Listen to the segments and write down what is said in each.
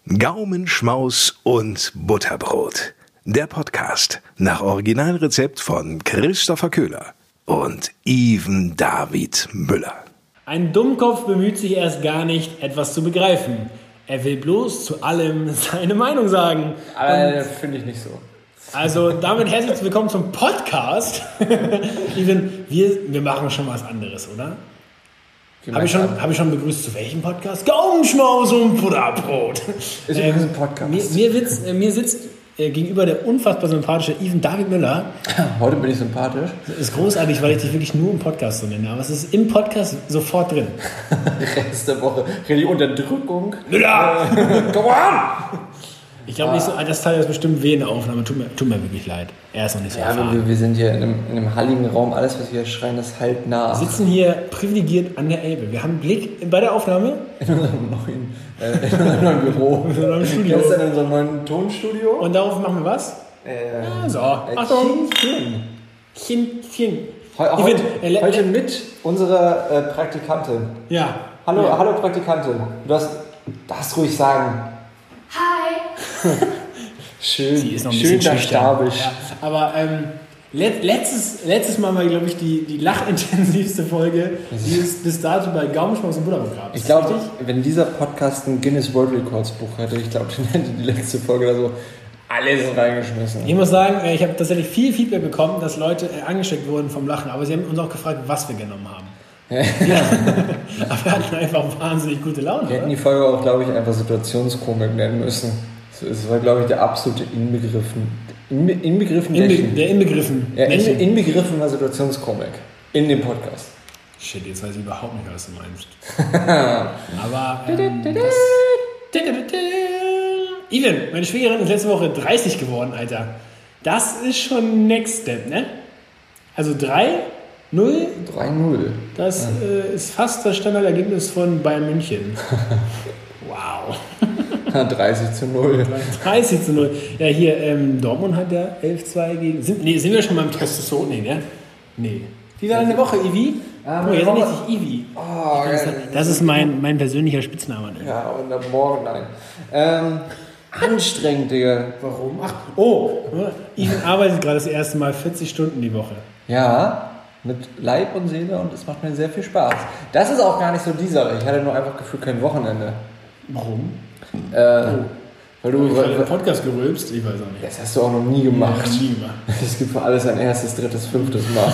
Gaumenschmaus und Butterbrot. Der Podcast nach Originalrezept von Christopher Köhler und Iven David Müller. Ein Dummkopf bemüht sich erst gar nicht, etwas zu begreifen. Er will bloß zu allem seine Meinung sagen. Aber finde ich nicht so. Also damit herzlich willkommen zum Podcast. Iven, wir machen schon was anderes, oder? Habe ich schon begrüßt, zu welchem Podcast? Gaumenschmaus und Butterbrot. Ist übrigens ein Podcast. Mir sitzt gegenüber der unfassbar sympathische Iven David Müller. Heute bin ich sympathisch. Das ist großartig, weil ich dich wirklich nur im Podcast so nenne. Aber es ist im Podcast sofort drin. Rest der Woche. Die Unterdrückung. Müller! Komm on! Ich glaube nicht so, das Teil ist bestimmt weh in der Aufnahme. Tut mir wirklich leid. Er ist noch nicht so erfahren. Wir sind hier in einem halligen Raum. Alles, was wir hier schreien, das halt nach. Wir sitzen hier privilegiert an der Elbe. Wir haben einen Blick bei der Aufnahme. In unserem neuen Büro. In unserem neuen Studio. Jetzt in unserem neuen Tonstudio. Und darauf machen wir was? So, Achtung. Chin. Heute mit unserer Praktikantin. Ja. Hallo Praktikantin. Du darfst ruhig sagen. Hi! Sie ist noch ein schön bisschen stabisch. Ja, aber letztes Mal war, glaube ich, die lachintensivste Folge, die es bis dato bei Gaumenschmaus und Butterbrot gab. Ich glaube, wenn dieser Podcast ein Guinness World Records Buch hätte, ich glaube, dann hätte die letzte Folge da so alles reingeschmissen. Ich muss sagen, ich habe tatsächlich viel Feedback bekommen, dass Leute angesteckt wurden vom Lachen, aber sie haben uns auch gefragt, was wir genommen haben. Ja. Aber wir hatten einfach wahnsinnig gute Laune. Wir hätten die Folge auch, glaube ich, einfach Situationskomik nennen müssen. Das war, glaube ich, der absolute Inbegriffen war Situationskomik in dem Podcast. Shit, jetzt weiß ich überhaupt nicht, was du meinst. Aber Ivan, meine Schwägerin ist letzte Woche 30 geworden, Alter. Das ist schon Next Step, ne? Also 3-0. Das ist fast das Standardergebnis von Bayern München. Wow. 30-0. 30-0. Ja, hier, Dortmund hat ja 11-2 gegen... Sind wir schon beim Testosteron? Nee, ne? Nee. Wie war deine Woche, Ivi? Jetzt nennt sich Ivi. Oh, das ist mein persönlicher Spitzname. Ne? Ja, und am Morgen, nein. Anstrengend, Digga. Warum? Ivan arbeitet gerade das erste Mal 40 Stunden die Woche. Ja, mit Leib und Seele, und es macht mir sehr viel Spaß. Das ist auch gar nicht so die Sache. Ich hatte nur einfach gefühlt kein Wochenende. Warum? Weil du den Podcast gerülpst? Ich weiß auch nicht. Das hast du auch noch nie gemacht. Ja, nie gemacht. Es gibt für alles ein erstes, drittes, fünftes Mal.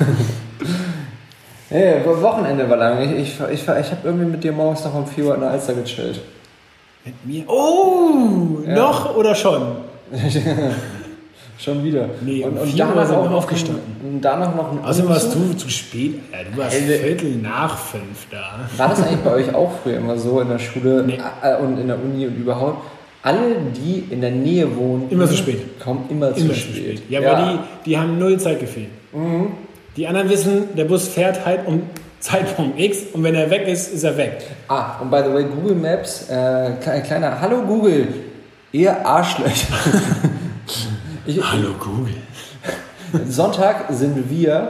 Hey, Wochenende war lang. Ich habe irgendwie mit dir morgens noch um 4 Uhr in der Alster gechillt. Mit mir? Oh! Ja. Noch oder schon? Schon wieder. Nee, und danach auch aufgestanden. Und danach noch ein Außerdem warst du zu spät. Ja, du warst 4:15 da. War das eigentlich bei euch auch früher immer so in der Schule und in der Uni und überhaupt? Alle, die in der Nähe wohnen, immer zu spät. Kommen immer zu spät. Ja, weil die haben null Zeitgefühl. Mhm. Die anderen wissen, der Bus fährt halt um Zeitpunkt X und wenn er weg ist, ist er weg. Und by the way, Google Maps, kleiner Hallo Google, ihr Arschlöcher. Hallo Google. Sonntag sind wir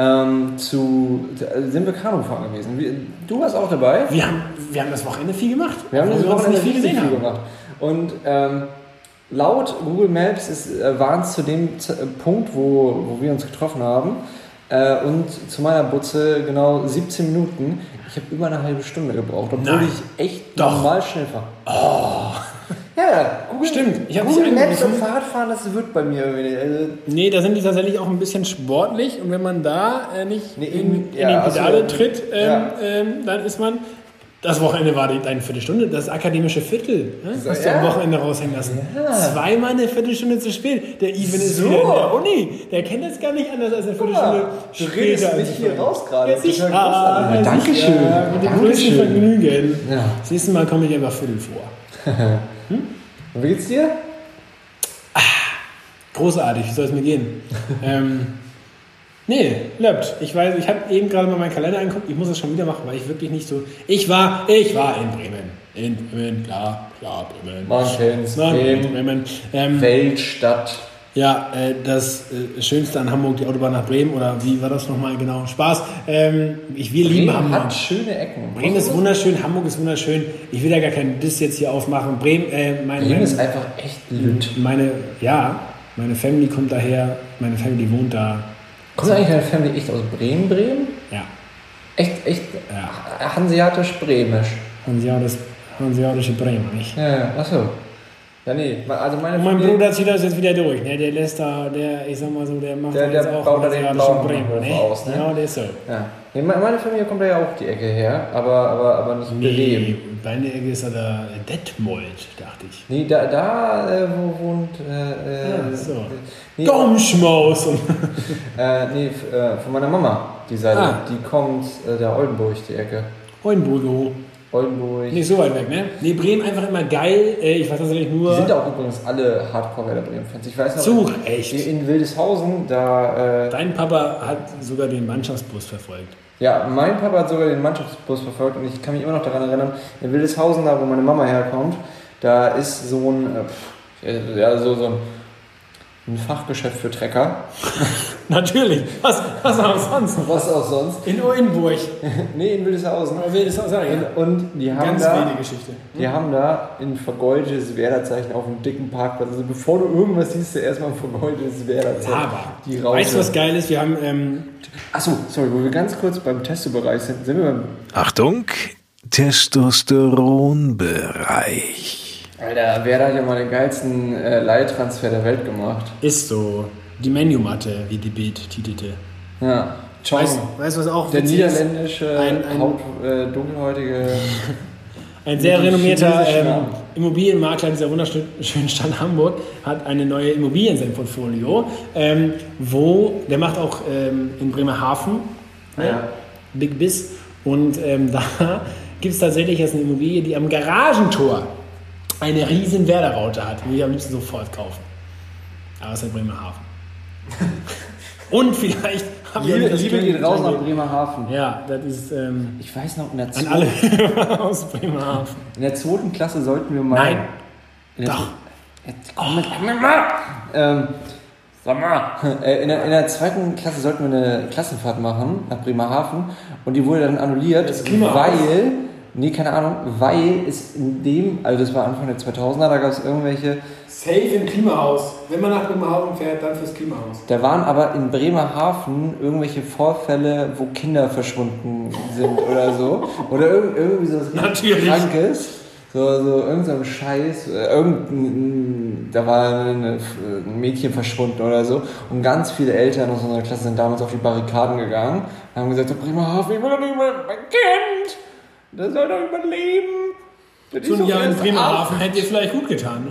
Kanu fahren gewesen. Du warst auch dabei. Wir haben das Wochenende viel gemacht. Wir haben das Wochenende nicht viel gemacht. Und laut Google Maps waren es zu dem Punkt, wo wir uns getroffen haben, und zu meiner Butze genau 17 Minuten. Ich habe über eine halbe Stunde gebraucht, obwohl ich echt normal schnell fahre. Oh. Ja, stimmt. Ich habe Google Maps und Fahrradfahren, das wird bei mir irgendwie. Nee, da sind die tatsächlich auch ein bisschen sportlich, und wenn man da nicht in die Pedale tritt, dann ist man... Das Wochenende war eine Viertelstunde, das akademische Viertel. Hast du am Wochenende raushängen lassen. Ja. Zweimal eine Viertelstunde zu spät. Der Ivan ist wieder in der Uni. Der kennt das gar nicht anders als eine Viertelstunde später. Du redest mich hier raus gerade. Ja, Dankeschön. Ja, mit dem größten Vergnügen. Ja. Das nächste Mal komme ich einfach Viertel vor. Und wie geht's dir? Großartig, wie soll es mir gehen? Nee, läuft. Ich weiß, ich habe eben gerade mal meinen Kalender angeguckt. Ich muss das schon wieder machen, weil ich wirklich nicht so... Ich war in Bremen. In Bremen, klar, Bremen. Man kennt's. Bremen. Weltstadt. Ja, das Schönste an Hamburg, die Autobahn nach Bremen, oder wie war das nochmal genau? Spaß. Wir lieben Hamburg. Bremen hat schöne Ecken. Bremen ist wunderschön, Hamburg ist wunderschön. Ich will ja gar keinen Diss jetzt hier aufmachen. Bremen ist einfach echt lütt. Meine Family kommt daher, meine Family wohnt da. Kommt eigentlich deine Family echt aus Bremen? Ja. Echt Ja. Hanseatisch-bremisch. Hanseatische Bremer, nicht? Ja, achso. Ja, nee, also meine mein Bruder zieht das jetzt wieder durch, ne? Der lässt da, ich sag mal so, der macht der jetzt auch baut da den blauen Bremer, ne? aus, ne? Ja, der ist so. Ja. Nee, meine Familie kommt da ja auch die Ecke her, aber nicht Bremen. Deine Ecke ist da Detmold, dachte ich. Nee, wo wohnt... so. Nee, Domschmaus! Von meiner Mama, die Seite. Die kommt der Oldenburg, die Ecke. Oldenburg. Nicht so weit weg, ne? Nee, Bremen einfach immer geil. Ich weiß tatsächlich nur... Die sind auch übrigens alle Hardcore-Werder Bremen-Fans. Ich weiß noch... echt? In Wildeshausen, da... Dein Papa hat sogar den Mannschaftsbus verfolgt. Ja, mein Papa hat sogar den Mannschaftsbus verfolgt und ich kann mich immer noch daran erinnern, in Wildeshausen, da wo meine Mama herkommt, da ist so ein Fachgeschäft für Trecker. Natürlich. Was auch sonst? Was auch sonst? In Oldenburg. Nee, in Wildeshausen. Und die haben ganz da... wilde Geschichte. Die haben da ein vergoldetes Werderzeichen auf einem dicken Parkplatz. Also bevor du irgendwas siehst, du erstmal ein vergoldetes Werderzeichen. Aber weißt du, was geil ist? Wir haben... Achso, sorry, wo wir ganz kurz beim Testobereich sind wir beim... Achtung, Testosteronbereich. Alter, wer hat ja mal den geilsten Leihtransfer der Welt gemacht? Ist so. Die Menu-Matte, wie die Bild titelte. Ja. Weißt du, was auch der niederländische, dunkelhäutige... Ein sehr renommierter Immobilienmakler dieser wunderschönen Stadt Hamburg hat eine neue Immobilie in seinem Portfolio, der macht auch in Bremerhaven, Big Biss, und da gibt es tatsächlich jetzt eine Immobilie, die am Garagentor eine riesen Werder-Raute hat, die wir am liebsten sofort kaufen. Aber es ist halt Bremerhaven. Und vielleicht haben wir Liebe geht raus nach Bremerhaven. Ja, das ist... ich weiß noch, an alle aus Bremerhaven. In der 2. Klasse sollten wir mal... Nein. Doch. Sag mal. In der 2. Klasse sollten wir eine Klassenfahrt machen nach Bremerhaven und die wurde dann annulliert, weil... Nee, keine Ahnung, weil es also das war Anfang der 2000er, da gab es irgendwelche... Safe im Klimahaus. Wenn man nach Bremerhaven fährt, dann fürs Klimahaus. Da waren aber in Bremerhaven irgendwelche Vorfälle, wo Kinder verschwunden sind oder so. Oder irgendwie so was Krankes. So irgend so ein Scheiß. Da war ein Mädchen verschwunden oder so. Und ganz viele Eltern aus unserer Klasse sind damals auf die Barrikaden gegangen und haben gesagt, so, Bremerhaven, ich will doch nicht mehr, mein Kind! Das soll doch überleben. So ein Jahr in Bremerhaven hätte dir vielleicht gut getan.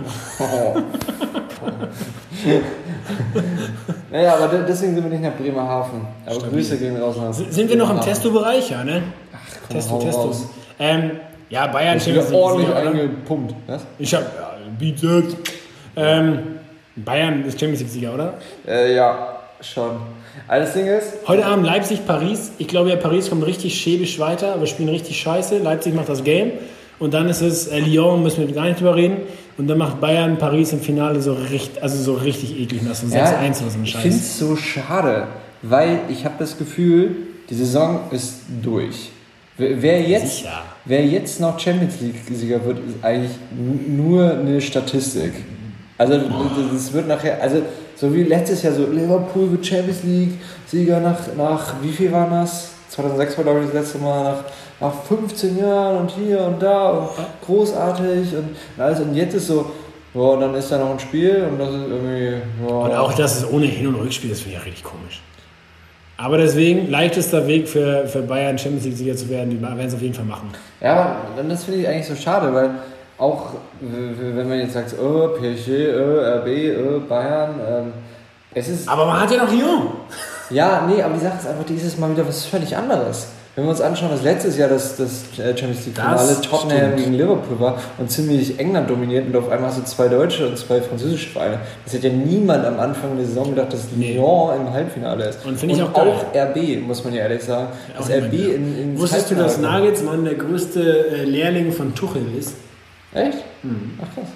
Naja, aber deswegen sind wir nicht nach Bremerhaven. Aber stabil. Grüße gehen raus nach Sind wir noch im Testo-Bereich, ja, ne? Ach, komm, Testo. Ja, Bayern ist ordentlich eingepumpt. Was? Ich hab... Ja, Bizeps. Bayern ist Champions League-Sieger, oder? Ja, schon. Das Ding ist... Heute Abend Leipzig-Paris. Ich glaube, ja, Paris kommt richtig schäbisch weiter, aber spielen richtig scheiße. Leipzig macht das Game. Und dann ist es Lyon, müssen wir gar nicht drüber reden. Und dann macht Bayern Paris im Finale so richtig eklig. Das ist 6-1 oder so ein Scheiß. Ich finde es so schade, weil ich habe das Gefühl, die Saison ist durch. Wer jetzt noch Champions League-Sieger wird, ist eigentlich nur eine Statistik. Also das wird nachher, also so wie letztes Jahr, so Liverpool wird Champions League-Sieger nach wie viel waren das? 2006 war, glaube ich, das letzte Mal nach 15 Jahren und hier und da und großartig und alles. Und jetzt ist so, boah, dann ist da noch ein Spiel und das ist irgendwie... Boah. Und auch das ist ohne Hin- und Rückspiel, das finde ich ja richtig komisch. Aber deswegen, leichtester Weg für Bayern Champions League-Sieger zu werden, die werden es auf jeden Fall machen. Ja, aber das finde ich eigentlich so schade, weil auch, wenn man jetzt sagt, PSG, RB, Bayern, es ist... Aber man hat ja noch Lyon. Ja, nee, aber die Sache ist einfach, dieses Mal wieder was völlig anderes. Wenn wir uns anschauen, dass letztes Jahr das Champions League-Finale Tottenham gegen Liverpool war und ziemlich England dominiert und auf einmal hast du 2 deutsche und 2 französische Vereine. Das hätte ja niemand am Anfang der Saison gedacht, dass Lyon im Halbfinale ist. Und finde ich auch geil. Auch RB, muss man ja ehrlich sagen. Ja, dass RB in wusstest du, dass Nagelsmann der größte Lehrling von Tuchel ist? Echt? Ach krass.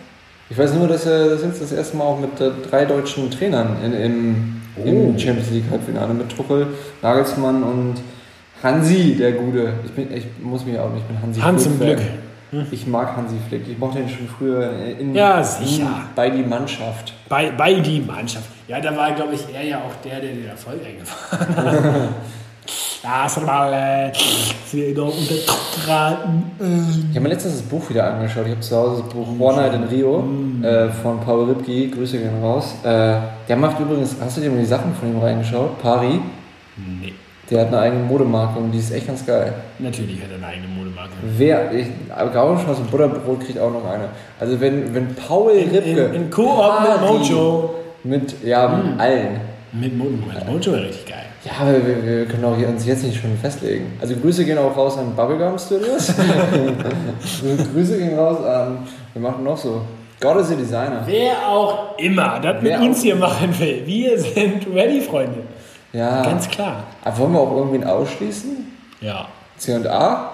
Ich weiß nur, dass er jetzt das erste Mal auch mit 3 deutschen Trainern im Champions League Halbfinale mit Tuchel, Nagelsmann und Hansi, der Gute. Ich bin Hansi Hans im Glück. Ich mag Hansi Flick. Ich mochte ihn schon früher bei die Mannschaft. Bei die Mannschaft. Ja, da war, glaube ich, er ja auch der den Erfolg eingefahren hat. Das mal wieder untergraben. Ich habe mir letztens das Buch wieder angeschaut. Ich habe zu Hause das Buch One Night in Rio von Paul Ripke. Grüße gehen raus. Der macht übrigens, hast du dir mal die Sachen von ihm reingeschaut? Pari? Nee. Der hat eine eigene Modemarke und die ist echt ganz geil. Natürlich hat er eine eigene Modemarke. Gaumenschmaus und Butterbrot kriegt auch noch eine. Also wenn Paul Ripke... In Koop mit Mojo. Mit allen. Mit Mojo wäre richtig geil. Ja, aber wir können auch uns jetzt nicht schon festlegen. Also Grüße gehen auch raus an Bubblegum Studios. Grüße gehen raus an... Wir machen noch so... God is a Designer. Wer auch immer das mit uns hier machen will. Wir sind ready, Freunde. Ja. Ganz klar. Aber wollen wir auch irgendwen ausschließen? Ja. C&A?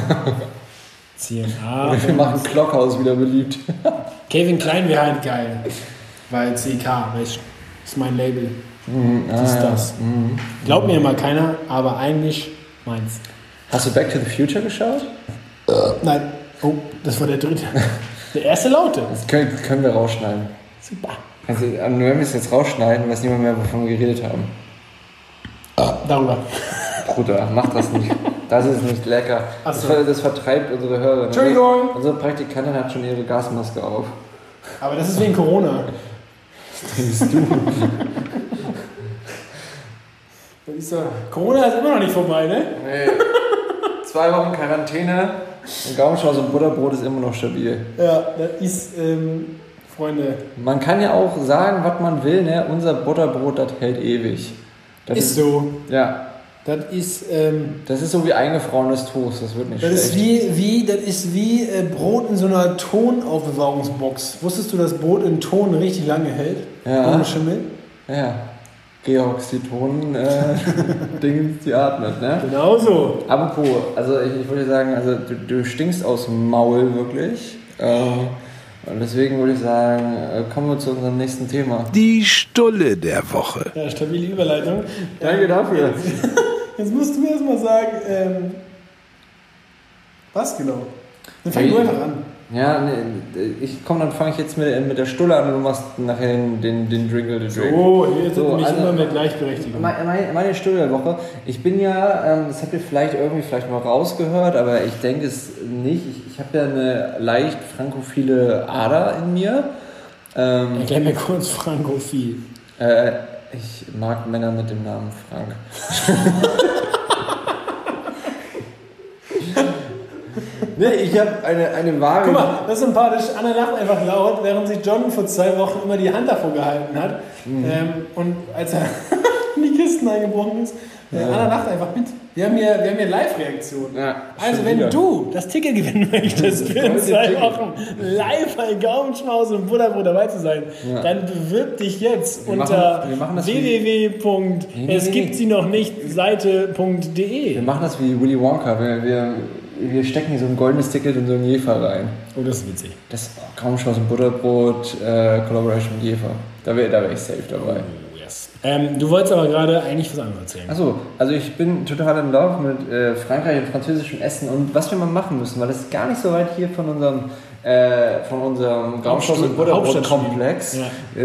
C&A. Oder wir machen Klockhaus wieder beliebt. Kevin Klein wäre halt geil. Weil CK, weißt du, ist mein Label. Das. Glaubt mir mal keiner, aber eigentlich meins. Hast du Back to the Future geschaut? Nein. Oh, das war der dritte. Der erste Laute. Das können wir rausschneiden. Super. Also, wenn wir es jetzt rausschneiden, weiß niemand mehr, wovon wir geredet haben. Darüber. Bruder, mach das nicht. Das ist nicht lecker. Das vertreibt unsere Hörer. Entschuldigung. Unsere Praktikantin hat schon ihre Gasmaske auf. Aber das ist wegen Corona. Was denkst du? Corona ist immer noch nicht vorbei, ne? Nee. 2 Wochen Quarantäne. Und Gaumenschmaus und Butterbrot ist immer noch stabil. Ja, das ist, Freunde. Man kann ja auch sagen, was man will, ne? Unser Butterbrot, das hält ewig. Das ist so. Ja. Das ist so wie eingefrorenes Toast, das wird nicht schlecht. Das ist wie Brot in so einer Tonaufbewahrungsbox. Wusstest du, dass Brot in Ton richtig lange hält? Ja. Ohne Schimmel? Ja. Georgs, die Dingens, die atmet, ne? Genau so. Apropos, also ich würde sagen, also du stinkst aus dem Maul wirklich. Und deswegen würde ich sagen, kommen wir zu unserem nächsten Thema. Die Stulle der Woche. Ja, stabile Überleitung. Danke dafür. Jetzt musst du mir erstmal sagen, was genau? Dann fang du einfach an. Ja, nee, dann fange ich jetzt mit der Stulle an und du machst nachher den Drinkle, den Drink. So, jetzt sind nämlich immer mit Gleichberechtigung. Meine Stulle der Woche. Ich bin ja, das habt ihr vielleicht mal rausgehört, aber ich denke es nicht. Ich habe ja eine leicht frankophile Ader in mir. Erklär mir kurz frankophil. Ich mag Männer mit dem Namen Frank. Nee, ich habe eine wahre... Guck mal, das ist sympathisch. Anna lacht einfach laut, während sich John vor 2 Wochen immer die Hand davor gehalten hat. Und als er in die Kisten eingebrochen ist, Anna lacht einfach mit. Wir haben hier Live-Reaktion. Ja, also wenn du das Ticket gewinnen möchtest, für in 2 Wochen live bei Gaumenschmaus und Butterbrot dabei zu sein, dann bewirb dich jetzt unter www.esgibtsie-noch-nicht-seite.de. Wir machen das wie Willy Wonka. Wir stecken hier so ein goldenes Ticket in so einen Jefer rein. Oh, das ist witzig. Das Gaumenschmaus und Butterbrot, Collaboration mit Jefer. Da wär ich safe dabei. Oh, yes. Du wolltest aber gerade eigentlich was anderes erzählen. Achso, also ich bin total im Lauf mit Frankreich und französischem Essen. Und was wir mal machen müssen, weil das ist gar nicht so weit hier von unserem Gaumenschmaus und Butterbrot-Komplex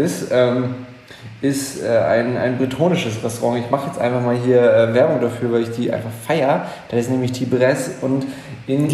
ist ein bretonisches Restaurant. Ich mache jetzt einfach mal hier Werbung dafür, weil ich die einfach feiere. Das ist nämlich Tibresse und in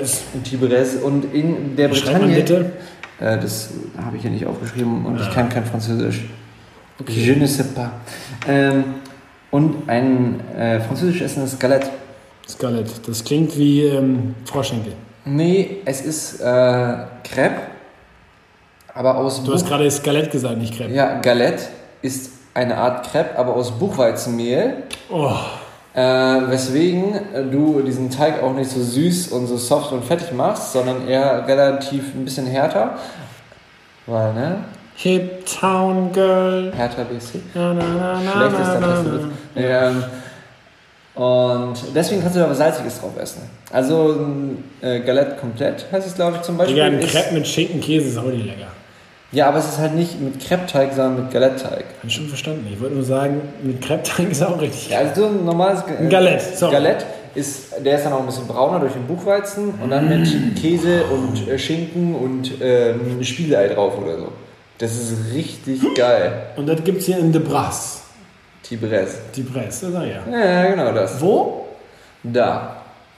der Bretagne. Bitte. Das habe ich hier nicht aufgeschrieben und ich kann kein Französisch. Okay. Je ne sais pas. Und ein französisches Essen ist Galette. Galette, das klingt wie Froschschenkel. Nee, es ist Crepe, aber aus... Du hast gerade Skelett gesagt, nicht Crepe. Ja, Galette ist eine Art Crepe, aber aus Buchweizenmehl. Oh. Weswegen du diesen Teig auch nicht so süß und so soft und fettig machst, sondern eher relativ ein bisschen härter. Weil, ne? Hip Town Girl. Härter BC. Schlechtester Tastenwitz. Und deswegen kannst du aber Salziges drauf essen. Also Galette komplett heißt es, glaube ich, zum Beispiel. Ja, ein Crepe mit Schinken, Käse ist auch nicht lecker. Ja, aber es ist halt nicht mit Crepe-Teig, sondern mit Galette-Teig. Hab ich schon verstanden. Ich wollte nur sagen, mit Crepe-Teig ist auch richtig. Ja, also so ein normales Galette. Galette der ist dann auch ein bisschen brauner durch den Buchweizen und dann mit Käse und Schinken und Spiegelei drauf oder so. Das ist richtig geil. Und das gibt es hier in De Brasse. Tibresse. Tibresse, das ja. Ja, genau das. Wo? Da.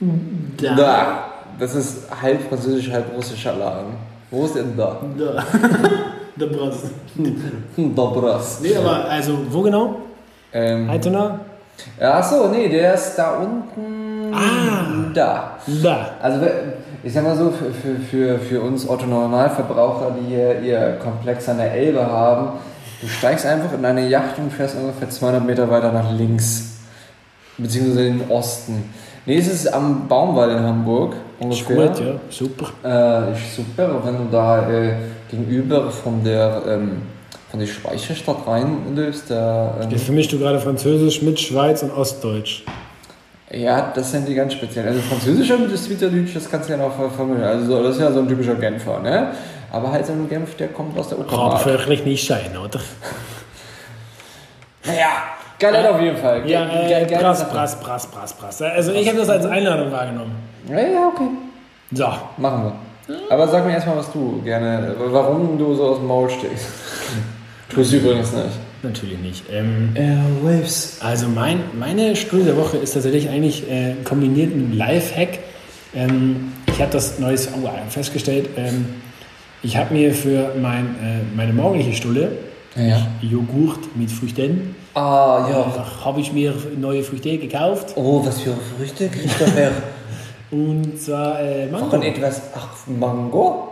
Das ist halb französisch, halb russischer Laden. Wo ist denn da? Da. De Brasse. Da Brasse. Nee, aber also, wo genau? Altona? Achso, nee, der ist da unten. Da. Also, ich sag mal so, für uns Otto-Normalverbraucher, die hier ihr Komplex an der Elbe haben, du steigst einfach in eine Yacht und fährst ungefähr 200 Meter weiter nach links. Beziehungsweise in den Osten. Nee, es ist am Baumwall in Hamburg ungefähr. Ist gut, ja, super. Super, wenn du da gegenüber von der Speicherstadt reinläufst. Jetzt vermischst du gerade Französisch mit Schweiz und Ostdeutsch. Ja, das sind die ganz speziellen. Also Französisch und das Schweizerdeutsch, das kannst du ja noch vermitteln. Also das ist ja so ein typischer Genfer, ne? Aber halt so ein Genf, der kommt aus der Uckermark. Kann vielleicht nicht sein, oder? Naja, Galette auf jeden Fall. Ja, Brass. Also ich habe das als Einladung wahrgenommen. Ja, okay. So. Machen wir. Aber sag mir erstmal, was du gerne, warum du so aus dem Maul stehst. Tust du übrigens nicht. Natürlich nicht. Airwaves. Also meine Stunde der Woche ist tatsächlich eigentlich kombiniert mit einem Lifehack. Ich habe das Neues festgestellt. Ich habe mir für meine morgendliche Stulle Joghurt mit Früchten. Habe ich mir neue Früchte gekauft. Oh, was für Früchte, Christopher? Und zwar Mango. Von etwas, Mango?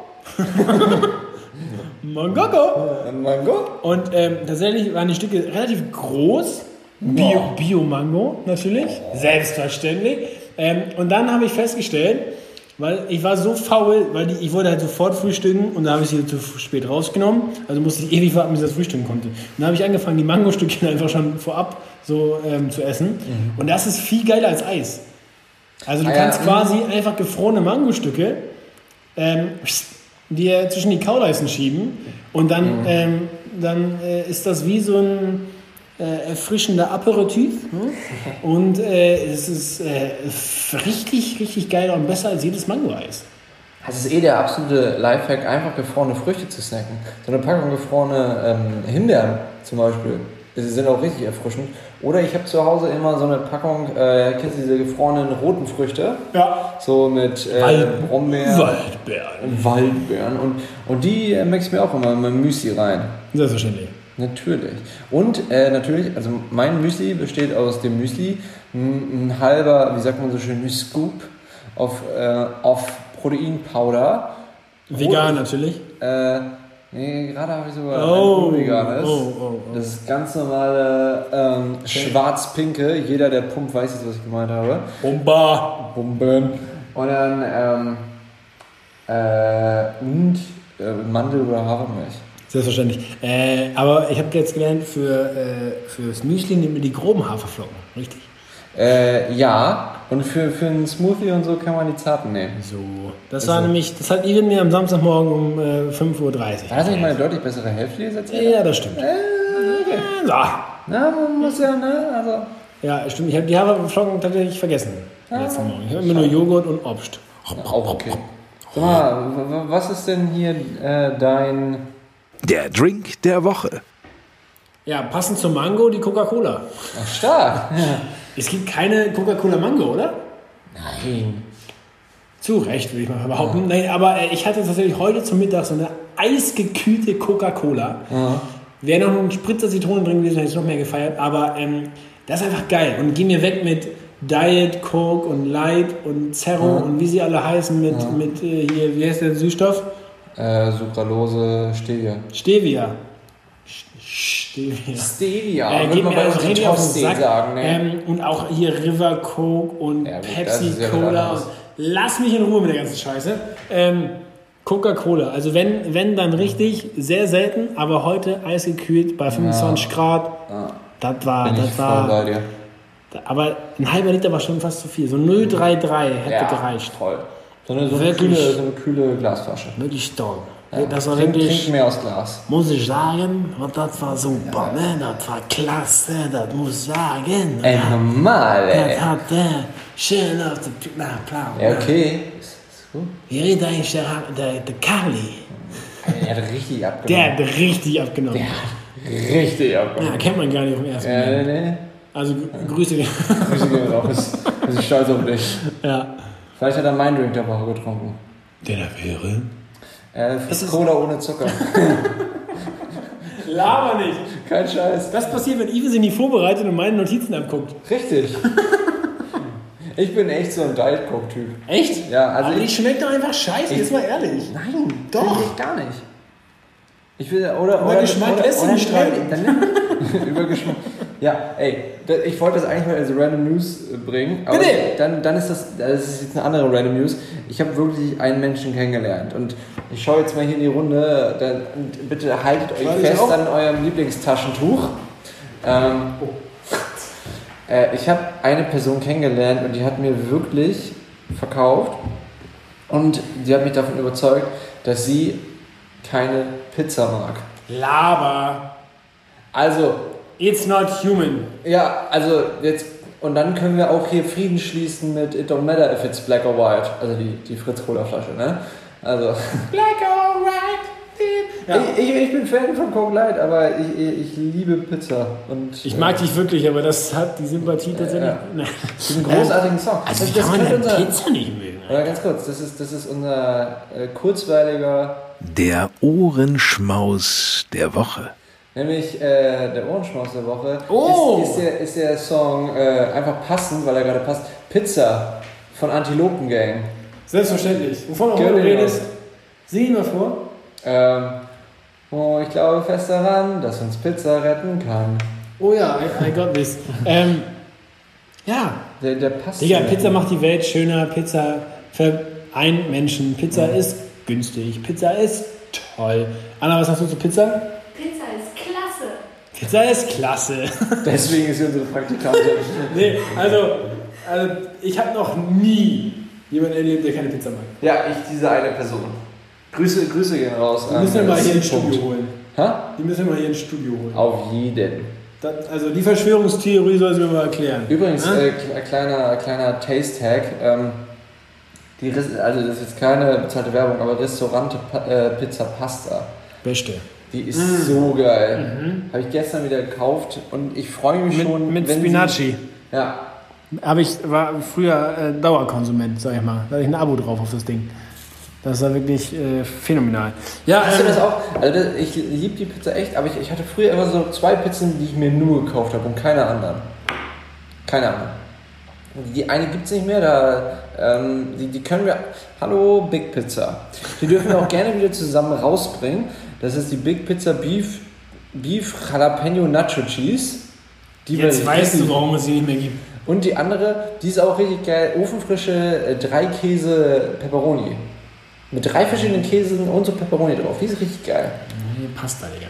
Mango. Und tatsächlich waren die Stücke relativ groß. Bio-Mango natürlich. Selbstverständlich. Und dann habe ich festgestellt, weil ich war so faul, weil ich wollte halt sofort frühstücken und da habe ich sie zu spät rausgenommen. Also musste ich ewig warten, bis ich das frühstücken konnte. Und dann habe ich angefangen, die Mangostückchen einfach schon vorab so zu essen. Und das ist viel geiler als Eis. Also du kannst quasi einfach gefrorene Mangostücke dir zwischen die Kauleisten schieben und dann ist das wie so ein erfrischender Aperitif. Und es ist richtig, richtig geil und besser als jedes Mango-Eis. Das ist der absolute Lifehack, einfach gefrorene Früchte zu snacken. So eine Packung gefrorene Himbeeren zum Beispiel. Die sind auch richtig erfrischend. Oder ich habe zu Hause immer so eine Packung, kennst du diese gefrorenen roten Früchte? Ja. So mit Brombeeren. Waldbeeren. Und die mixe ich mir auch immer in mein Müsli rein. Selbstverständlich. Natürlich. Und natürlich, also mein Müsli besteht aus dem Müsli, ein halber, wie sagt man so schön, Scoop auf Proteinpowder. Vegan natürlich. Nee, gerade habe ich sogar ein veganes. Das ist ganz normale schwarz-pinke. Jeder, der pumpt, weiß jetzt, was ich gemeint habe. Bomben. Und dann Mandel- oder Hafermilch. Selbstverständlich. Aber ich habe jetzt gelernt, fürs Müsli nehmen wir die groben Haferflocken, richtig? Ja, und für einen Smoothie und so kann man die zarten nehmen. So, das war nämlich, das hat Ivan mir am Samstagmorgen um 5:30 Uhr. War das nicht meine deutlich bessere Hälfte jetzt erzählt? Ja, das stimmt. Okay. So. Na, man muss ja, ne? Also. Ja, stimmt. Ich habe die Haferflocken tatsächlich vergessen. Letzten Morgen. Ich habe immer nur Joghurt und Obst. Auch okay. Sag mal, was ist denn hier dein... Der Drink der Woche. Ja, passend zum Mango die Coca-Cola. Ach, stark. Es gibt keine Coca-Cola Mango, oder? Nein. Zu Recht, würde ich mal behaupten. Nein, aber ich hatte tatsächlich heute zum Mittag so eine eisgekühlte Coca-Cola. Wäre noch ein Spritzer Zitrone drin gewesen, hätte ich noch mehr gefeiert. Aber das ist einfach geil. Und geh mir weg mit Diet, Coke und Light und Zero und wie sie alle heißen mit hier, wie heißt der Süßstoff? Sucralose, Stevia. Stevia. Geht mir also richtig auf den Sack. Sagen, ne? Und auch hier River Coke und Pepsi Cola. Lass mich in Ruhe mit der ganzen Scheiße. Coca-Cola, also wenn dann richtig, sehr selten, aber heute eisgekühlt bei 25 Grad. Das war. Bei dir. Aber ein halber Liter war schon fast zu viel. So 0,33 hätte gereicht. Voll. So eine kühle Glasflasche. Wirklich toll. Ja, das war wirklich... Trink mehr aus Glas. Muss ich sagen, das war super, ne? Das war klasse, das muss ich sagen. Ey, normal, ey. Das hat schön auf den... Ja, okay. Ist gut. Wie redet eigentlich der Carly? Der hat richtig abgenommen. Der hat richtig abgenommen. Ja, kennt man gar nicht vom ersten Mal. Nee. Also Grüße. Grüße gehen raus. Wir sind stolz auf dich. Ja. Vielleicht hat er meinen Drink der Woche getrunken. Der da wäre? Fritz Cola ohne Zucker. Laber nicht. Kein Scheiß. Das passiert, wenn Ive sich nicht vorbereitet und meine Notizen abguckt. Richtig. Ich bin echt so ein Diet Coke-Typ. Echt? Ja, also aber die schmeckt doch einfach scheiße, jetzt mal ehrlich. Nein, doch. Ich gar nicht. Ich will, über Geschmack lässt sich nicht streiten. Über Geschmack. Ja, ey, ich wollte das eigentlich mal als Random News bringen. Aber bitte! Dann ist das ist jetzt eine andere Random News. Ich habe wirklich einen Menschen kennengelernt. Und ich schaue jetzt mal hier in die Runde. Und bitte haltet euch fest an eurem Lieblingstaschentuch. Ich habe eine Person kennengelernt und die hat mir wirklich verkauft. Und die hat mich davon überzeugt, dass sie keine Pizza mag. Laber. Also... It's not human. Ja, also jetzt... Und dann können wir auch hier Frieden schließen mit It Don't Matter if it's black or white. Also die Fritz-Cola-Flasche, ne? Also... Black or white. Ja. Ich bin Fan von Coke Light, aber ich liebe Pizza. Und, ich mag dich wirklich, aber das hat die Sympathie tatsächlich... Das ist ein großartiger Song. Also wie kann man denn Pizza nicht mögen? Ja, ganz kurz, das ist unser kurzweiliger... Der Ohrenschmaus der Woche. Nämlich der Ohrenschmaus der Woche ist der Song einfach passend, weil er gerade passt. Pizza von Antilopen Gang. Selbstverständlich. Wovon auch immer du redest, sing ihn mal vor. Ich glaube fest daran, dass uns Pizza retten kann. Oh ja, I got this. Ja. Der passt. Digga, Pizza macht die Welt schöner. Pizza vereint Menschen. Pizza ist günstig. Pizza ist toll. Anna, was sagst du zu Pizza? Pizza ist klasse. Pizza ist klasse. Deswegen ist sie unsere Praktikantin. Nee, also ich habe noch nie jemanden erlebt, der keine Pizza mag. Ja, diese eine Person. Grüße gehen raus. Die müssen wir mal hier ins Studio holen. Hä? Die müssen wir mal hier ins Studio holen. Auf jeden. Also die Verschwörungstheorie soll sie mir mal erklären. Übrigens, kleiner Taste-Hack. Also das ist jetzt keine bezahlte Werbung, aber Restaurante Pizza Pasta. Beste. Die ist so geil. Habe ich gestern wieder gekauft und ich freue mich schon. Mit Spinaci. Ja. War früher Dauerkonsument, sag ich mal. Da hatte ich ein Abo drauf auf das Ding. Das war wirklich phänomenal. Ja, hast du das auch? Also ich liebe die Pizza echt, aber ich hatte früher immer so 2 Pizzen, die ich mir nur gekauft habe und keine anderen. Keine anderen. Die eine gibt es nicht mehr, die können wir... Hallo, Big Pizza. Die dürfen wir auch gerne wieder zusammen rausbringen. Das ist die Big Pizza Beef Jalapeno Nacho Cheese. Jetzt weißt du, warum es sie nicht mehr gibt. Und die andere, die ist auch richtig geil. Ofenfrische 3 Käse Pepperoni. Mit 3 verschiedenen Käsen und so Pepperoni drauf. Die ist richtig geil. Pasta, Digga.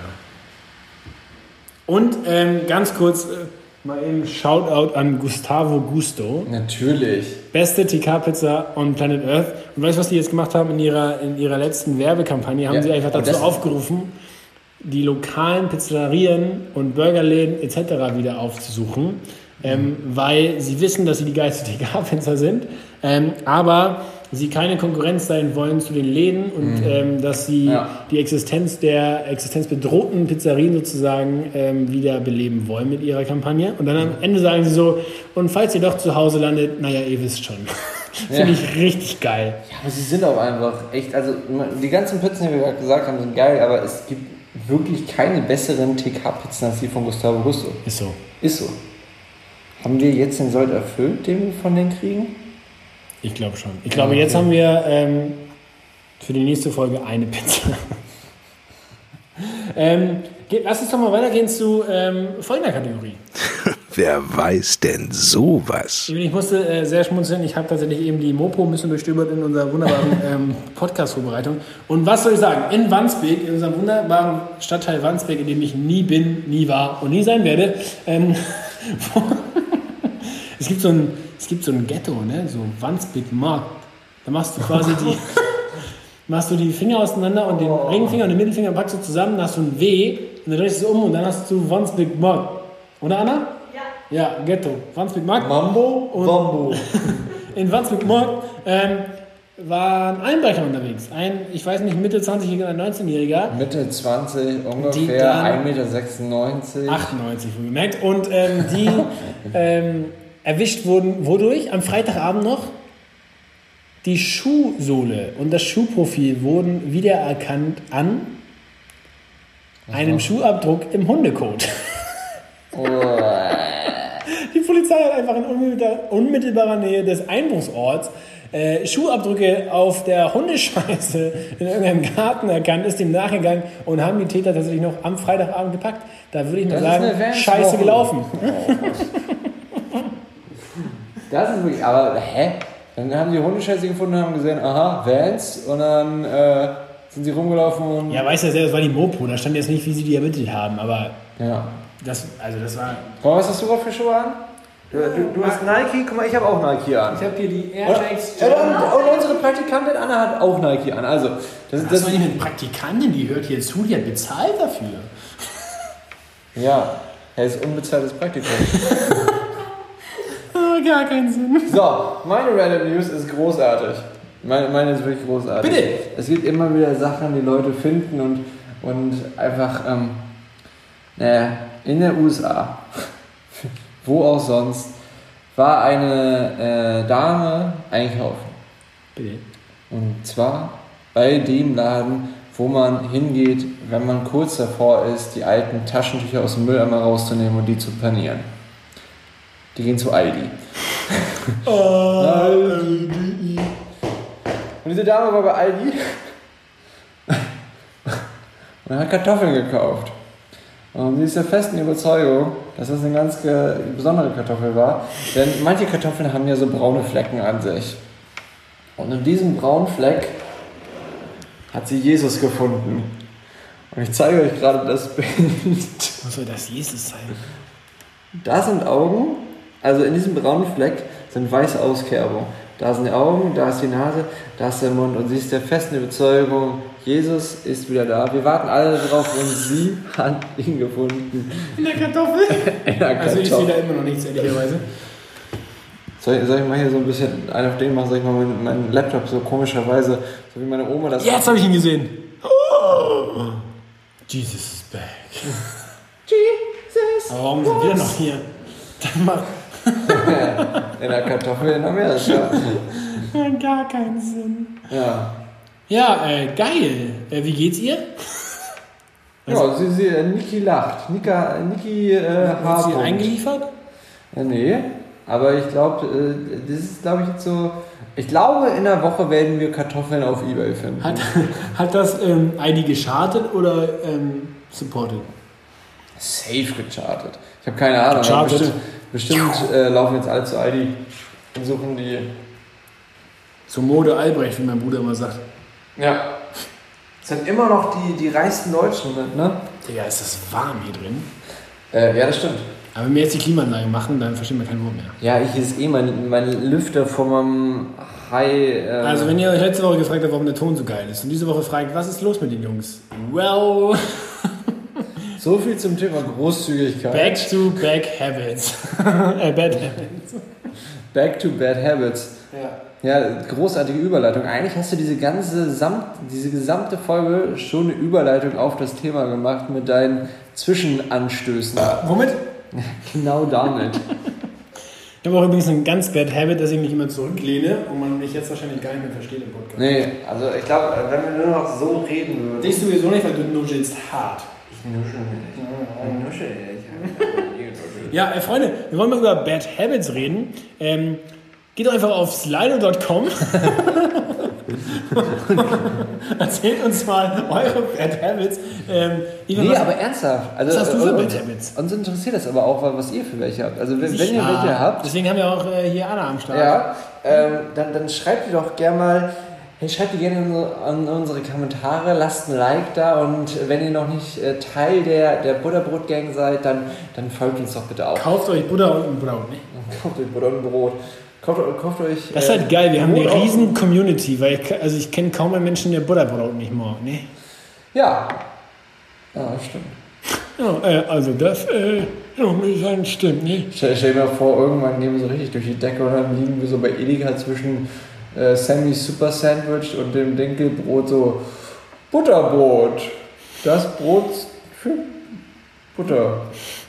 Und ganz kurz... Mal eben Shoutout an Gustavo Gusto. Natürlich. Beste TK-Pizza on Planet Earth. Und weißt du, was die jetzt gemacht haben in ihrer letzten Werbekampagne? Haben sie einfach dazu aufgerufen, die lokalen Pizzerien und Burgerläden etc. wieder aufzusuchen. Weil sie wissen, dass sie die geilste TK-Pizza sind. Aber sie keine Konkurrenz sein wollen zu den Läden und dass sie die existenzbedrohten Pizzerien sozusagen wieder beleben wollen mit ihrer Kampagne. Und dann am Ende sagen sie so, und falls ihr doch zu Hause landet, naja, ihr wisst schon. Finde ich richtig geil. Ja, aber sie sind auch einfach echt, also die ganzen Pizzen, die wir gerade gesagt haben, sind geil, aber es gibt wirklich keine besseren TK-Pizzen als die von Gustavo Gusto. Ist so. Ist so. Haben wir jetzt den Sold erfüllt, den wir von denen kriegen? Ich glaube schon. Ich glaube, jetzt haben wir für die nächste Folge eine Pizza. Lass uns doch mal weitergehen zu folgender Kategorie. Wer weiß denn sowas? Ich musste sehr schmunzeln. Ich habe tatsächlich eben die Mopo ein bisschen durchstöbert in unserer wunderbaren Podcast-Vorbereitung. Und was soll ich sagen? In Wandsbek, in unserem wunderbaren Stadtteil Wandsbek, in dem ich nie bin, nie war und nie sein werde, es gibt so ein Ghetto, ne? So Wandsbek Markt. Da machst du quasi machst du die Finger auseinander und den Ringfinger und den Mittelfinger packst du zusammen, dann hast du ein W und dann drehst du es um und dann hast du Once Big Mac. Oder Anna? Ja. Ja, Ghetto. Once Big Mac. Mambo und Wombo. In Once Big Mac war ein Einbrecher unterwegs. Ich weiß nicht, Mitte 20-Jähriger oder 19-Jähriger. Mitte 20, ungefähr 1,96 Meter. 98, wohlgemerkt. Und die erwischt wurden, wodurch? Am Freitagabend noch die Schuhsohle und das Schuhprofil wurden wiedererkannt an einem Schuhabdruck im Hundekot. Oh. Die Polizei hat einfach in unmittelbarer Nähe des Einbruchsorts Schuhabdrücke auf der Hundescheiße in irgendeinem Garten erkannt, ist dem nachgegangen und haben die Täter tatsächlich noch am Freitagabend gepackt. Da würde ich mal sagen, scheiße gelaufen. Das ist wirklich, aber Dann haben die Hundescheiße gefunden und haben gesehen, aha, Vans, und dann sind sie rumgelaufen und... Ja, weißt du ja, das war die Mopo, da stand jetzt nicht, wie sie die ermittelt haben, aber... Ja. Das war... Was hast du überhaupt für Schuhe an? Du hast Nike, guck mal, ich habe auch Nike an. Ich habe hier die Air Max. Und unsere Praktikantin Anna hat auch Nike an. Also, das war nicht eine Praktikantin, die hört hier zu, die hat bezahlt dafür. Ja, er ist unbezahltes Praktikum. Gar keinen Sinn. So, meine Random News ist großartig. Meine ist wirklich großartig. Bitte! Es gibt immer wieder Sachen, die Leute finden und einfach, in der USA, wo auch sonst, war eine Dame einkaufen. Bitte? Und zwar bei dem Laden, wo man hingeht, wenn man kurz davor ist, die alten Taschentücher aus dem Mülleimer rauszunehmen und die zu panieren. Die gehen zu Aldi. Aldi. Und diese Dame war bei Aldi und hat Kartoffeln gekauft. Und sie ist der festen Überzeugung, dass das eine ganz besondere Kartoffel war. Denn manche Kartoffeln haben ja so braune Flecken an sich. Und in diesem braunen Fleck hat sie Jesus gefunden. Und ich zeige euch gerade das Bild. Was soll das Jesus sein? Da sind Augen, also in diesem braunen Fleck sind weiße Auskerbungen. Da sind die Augen, da ist die Nase, da ist der Mund. Und sie ist der festen Überzeugung, Jesus ist wieder da. Wir warten alle drauf und sie hat ihn gefunden. In der Kartoffel? In der Kartoffel. Also ich sehe da immer noch nichts, ehrlicherweise. Soll ich mal hier so ein bisschen einen auf den machen, soll ich mal meinen Laptop so komischerweise, so wie meine Oma das... Jetzt habe ich ihn gesehen. Oh. Jesus is back. Jesus. Aber warum sind wir noch hier? Dann mach... In der Kartoffel in Amerika. Gar keinen Sinn. Ja. Ja, geil. Wie geht's ihr? Ja, Niki lacht. Niki hat sie eingeliefert? Nee, aber ich glaube, das ist, glaube ich, jetzt so... Ich glaube, in der Woche werden wir Kartoffeln auf eBay finden. Hat das ID gechartet oder supported? Safe gechartet. Ich habe keine Ahnung. Bestimmt laufen jetzt alle zu ID und suchen die... So Mode Albrecht, wie mein Bruder immer sagt. Ja. Es sind immer noch die reichsten Deutschen mit, ne? Digga, ist das warm hier drin? Ja, das stimmt. Aber wenn wir jetzt die Klimaanlage machen, dann verstehen wir kein Wort mehr. Ja, hier ist mein Lüfter von meinem High... Also wenn ihr euch letzte Woche gefragt habt, warum der Ton so geil ist und diese Woche fragt, was ist los mit den Jungs? Well... So viel zum Thema Großzügigkeit. Back to Bad Habits. Bad Habits. Back to Bad Habits. Ja, großartige Überleitung. Eigentlich hast du diese gesamte Folge schon eine Überleitung auf das Thema gemacht mit deinen Zwischenanstößen. Womit? Genau damit. Ich habe auch übrigens ein ganz Bad Habit, dass ich mich immer zurücklehne und man mich jetzt wahrscheinlich gar nicht mehr versteht im Podcast. Nee, also ich glaube, wenn wir nur noch so reden würden... Dich sowieso nicht, weil du nuschelst hart. Ich nuschel nicht. Ja, Freunde, wir wollen mal über Bad Habits reden. Geht doch einfach auf slido.com. Erzählt uns mal eure Bad Habits. Aber ernsthaft. Also, was hast du für Bad Habits? Uns interessiert das aber auch, was ihr für welche habt. Also wenn ihr welche habt... Deswegen haben wir auch hier Anna am Start. Ja, dann schreibt ihr doch gerne mal... Hey, schreibt die gerne an unsere Kommentare, lasst ein Like da und wenn ihr noch nicht Teil der Butterbrot-Gang seid, dann folgt uns doch bitte auch. Kauft euch Butter und ein Brot, ne? Kauft euch Butter und Brot. Kauft euch... Das ist halt geil, wir haben eine riesen Community, weil ich kenne kaum einen Menschen, der Butterbrot nicht mag, ne? Ja. Ja, stimmt. Ja, also das, muss ich sagen, stimmt, ne? Stell dir mal vor, irgendwann gehen wir so richtig durch die Decke und dann liegen wir so bei Edeka zwischen Sammys Super Sandwich und dem Dinkelbrot so Butterbrot. Das Brot für Butterbrot.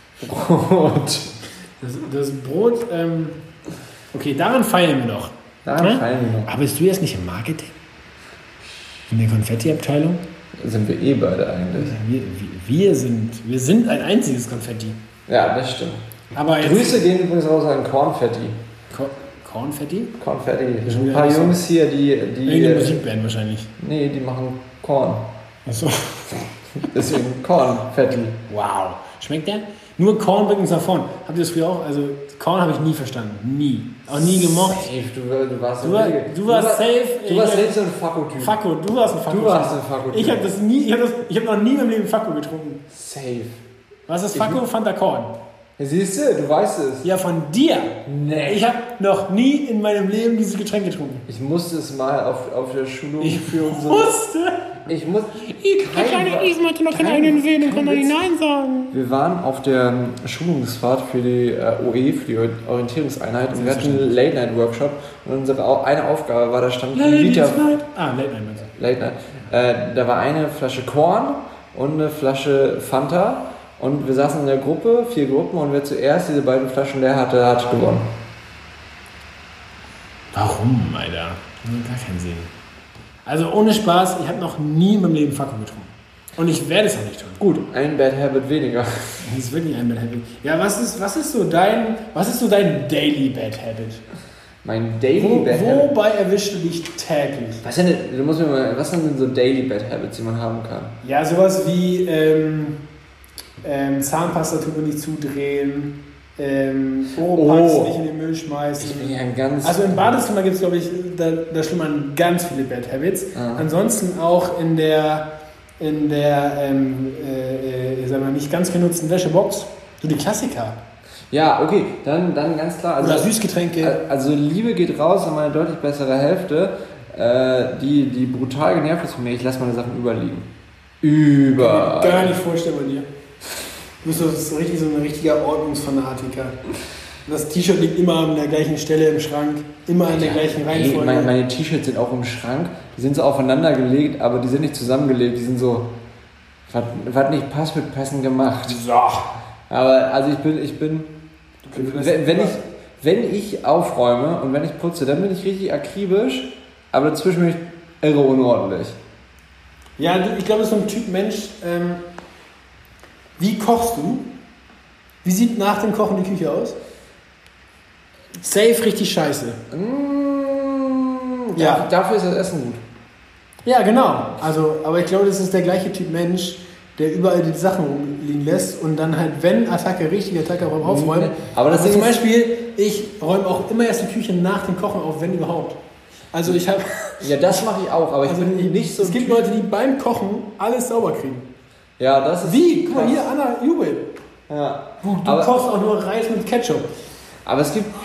Das Brot, okay, daran feiern wir noch. Daran feiern wir noch. Aber bist du jetzt nicht im Marketing? In der Konfetti-Abteilung? Sind wir beide eigentlich. Wir sind ein einziges Konfetti. Ja, das stimmt. Aber Grüße gehen übrigens raus an Kornfetti. Kornfetti? Kornfetti. Ein paar Jungs hier, die irgendeine Musikband wahrscheinlich. Nee, die machen Korn. Achso. Deswegen Kornfetti. Wow. Schmeckt der? Nur Korn bringt uns nach vorn. Habt ihr das früher auch? Also Korn habe ich nie verstanden. Nie. Auch nie gemocht. Safe. Du warst safe. Du warst safe so ein Fakko-Typ. Fakko, du warst ein Fakko. Du warst ein Fakko-Typ. Ich habe noch nie in meinem Leben Fakko getrunken. Safe. Was ist Fakko? Fanta Korn. Ja, siehst du weißt es. Ja, von dir. Nee. Ich habe noch nie in meinem Leben dieses Getränk getrunken. Ich musste es mal auf der Schulung für unsere... Ich musste? Der kleine Isma hatte noch keinen eigenen Willen und kann doch nicht Nein sagen. Wir waren auf der Schulungsfahrt für die OE, für die Orientierungseinheit, und wir hatten einen Late-Night-Workshop und unsere eine Aufgabe war, da stand ein Liter... Late-Night. Late-Night. Da war eine Flasche Korn und eine Flasche Fanta und wir saßen in der Gruppe, 4 Gruppen, und wer zuerst diese beiden Flaschen leer hatte, hat gewonnen. Warum, Alter? Gar keinen Sinn. Also ohne Spaß, ich habe noch nie in meinem Leben Fakko getrunken. Und ich werde es auch nicht tun. Gut, ein Bad Habit weniger. Das ist wirklich ein Bad Habit. Ja, was ist so dein Daily Bad Habit? Mein Daily Bad Habit? Wobei erwischst du dich täglich? Was sind denn so Daily Bad Habits, die man haben kann? Ja, sowas wie Zahnpasta-Tube nicht zudrehen, Oropax nicht in den Müll schmeißen. Ich bin ja ein ganz... Also im Badezimmer gibt es, glaube ich, da schlummern ganz viele Bad Habits. Ansonsten auch in der sagen wir nicht ganz genutzten Wäschebox, so die Klassiker. Ja, okay, dann ganz klar. Also, oder Süßgetränke. Also Liebe geht raus an meine deutlich bessere Hälfte, die brutal genervt ist von mir. Ich lasse meine Sachen überliegen. Kann ich mir gar nicht vorstellen bei dir. Du bist so ein richtiger Ordnungsfanatiker. Das T-Shirt liegt immer an der gleichen Stelle im Schrank, immer an der gleichen Reihenfolge. Meine T-Shirts sind auch im Schrank, die sind so aufeinander gelegt, aber die sind nicht zusammengelegt, die sind so, was nicht passt, wird passend gemacht. So. Aber also ich bin wenn ich aufräume und wenn ich putze, dann bin ich richtig akribisch, aber dazwischen bin ich irre unordentlich. Ja, ich glaube, das ist so ein Typ Mensch. Wie kochst du? Wie sieht nach dem Kochen die Küche aus? Safe richtig scheiße. Ja. Dafür ist das Essen gut. Ja, genau. Also, aber ich glaube, das ist der gleiche Typ Mensch, der überall die Sachen rumliegen lässt und dann halt, wenn richtige Attacke beim Aufräumen. Aber das zum Beispiel, ich räume auch immer erst die Küche nach dem Kochen auf, wenn überhaupt. Also ich habe... Ja, das mache ich auch, aber ich bin nicht so... Es gibt Leute, die beim Kochen alles sauber kriegen. Ja, das ist... Wie? Guck mal hier, Anna Jubel. Ja. Du kochst auch nur Reis mit Ketchup. Aber es gibt...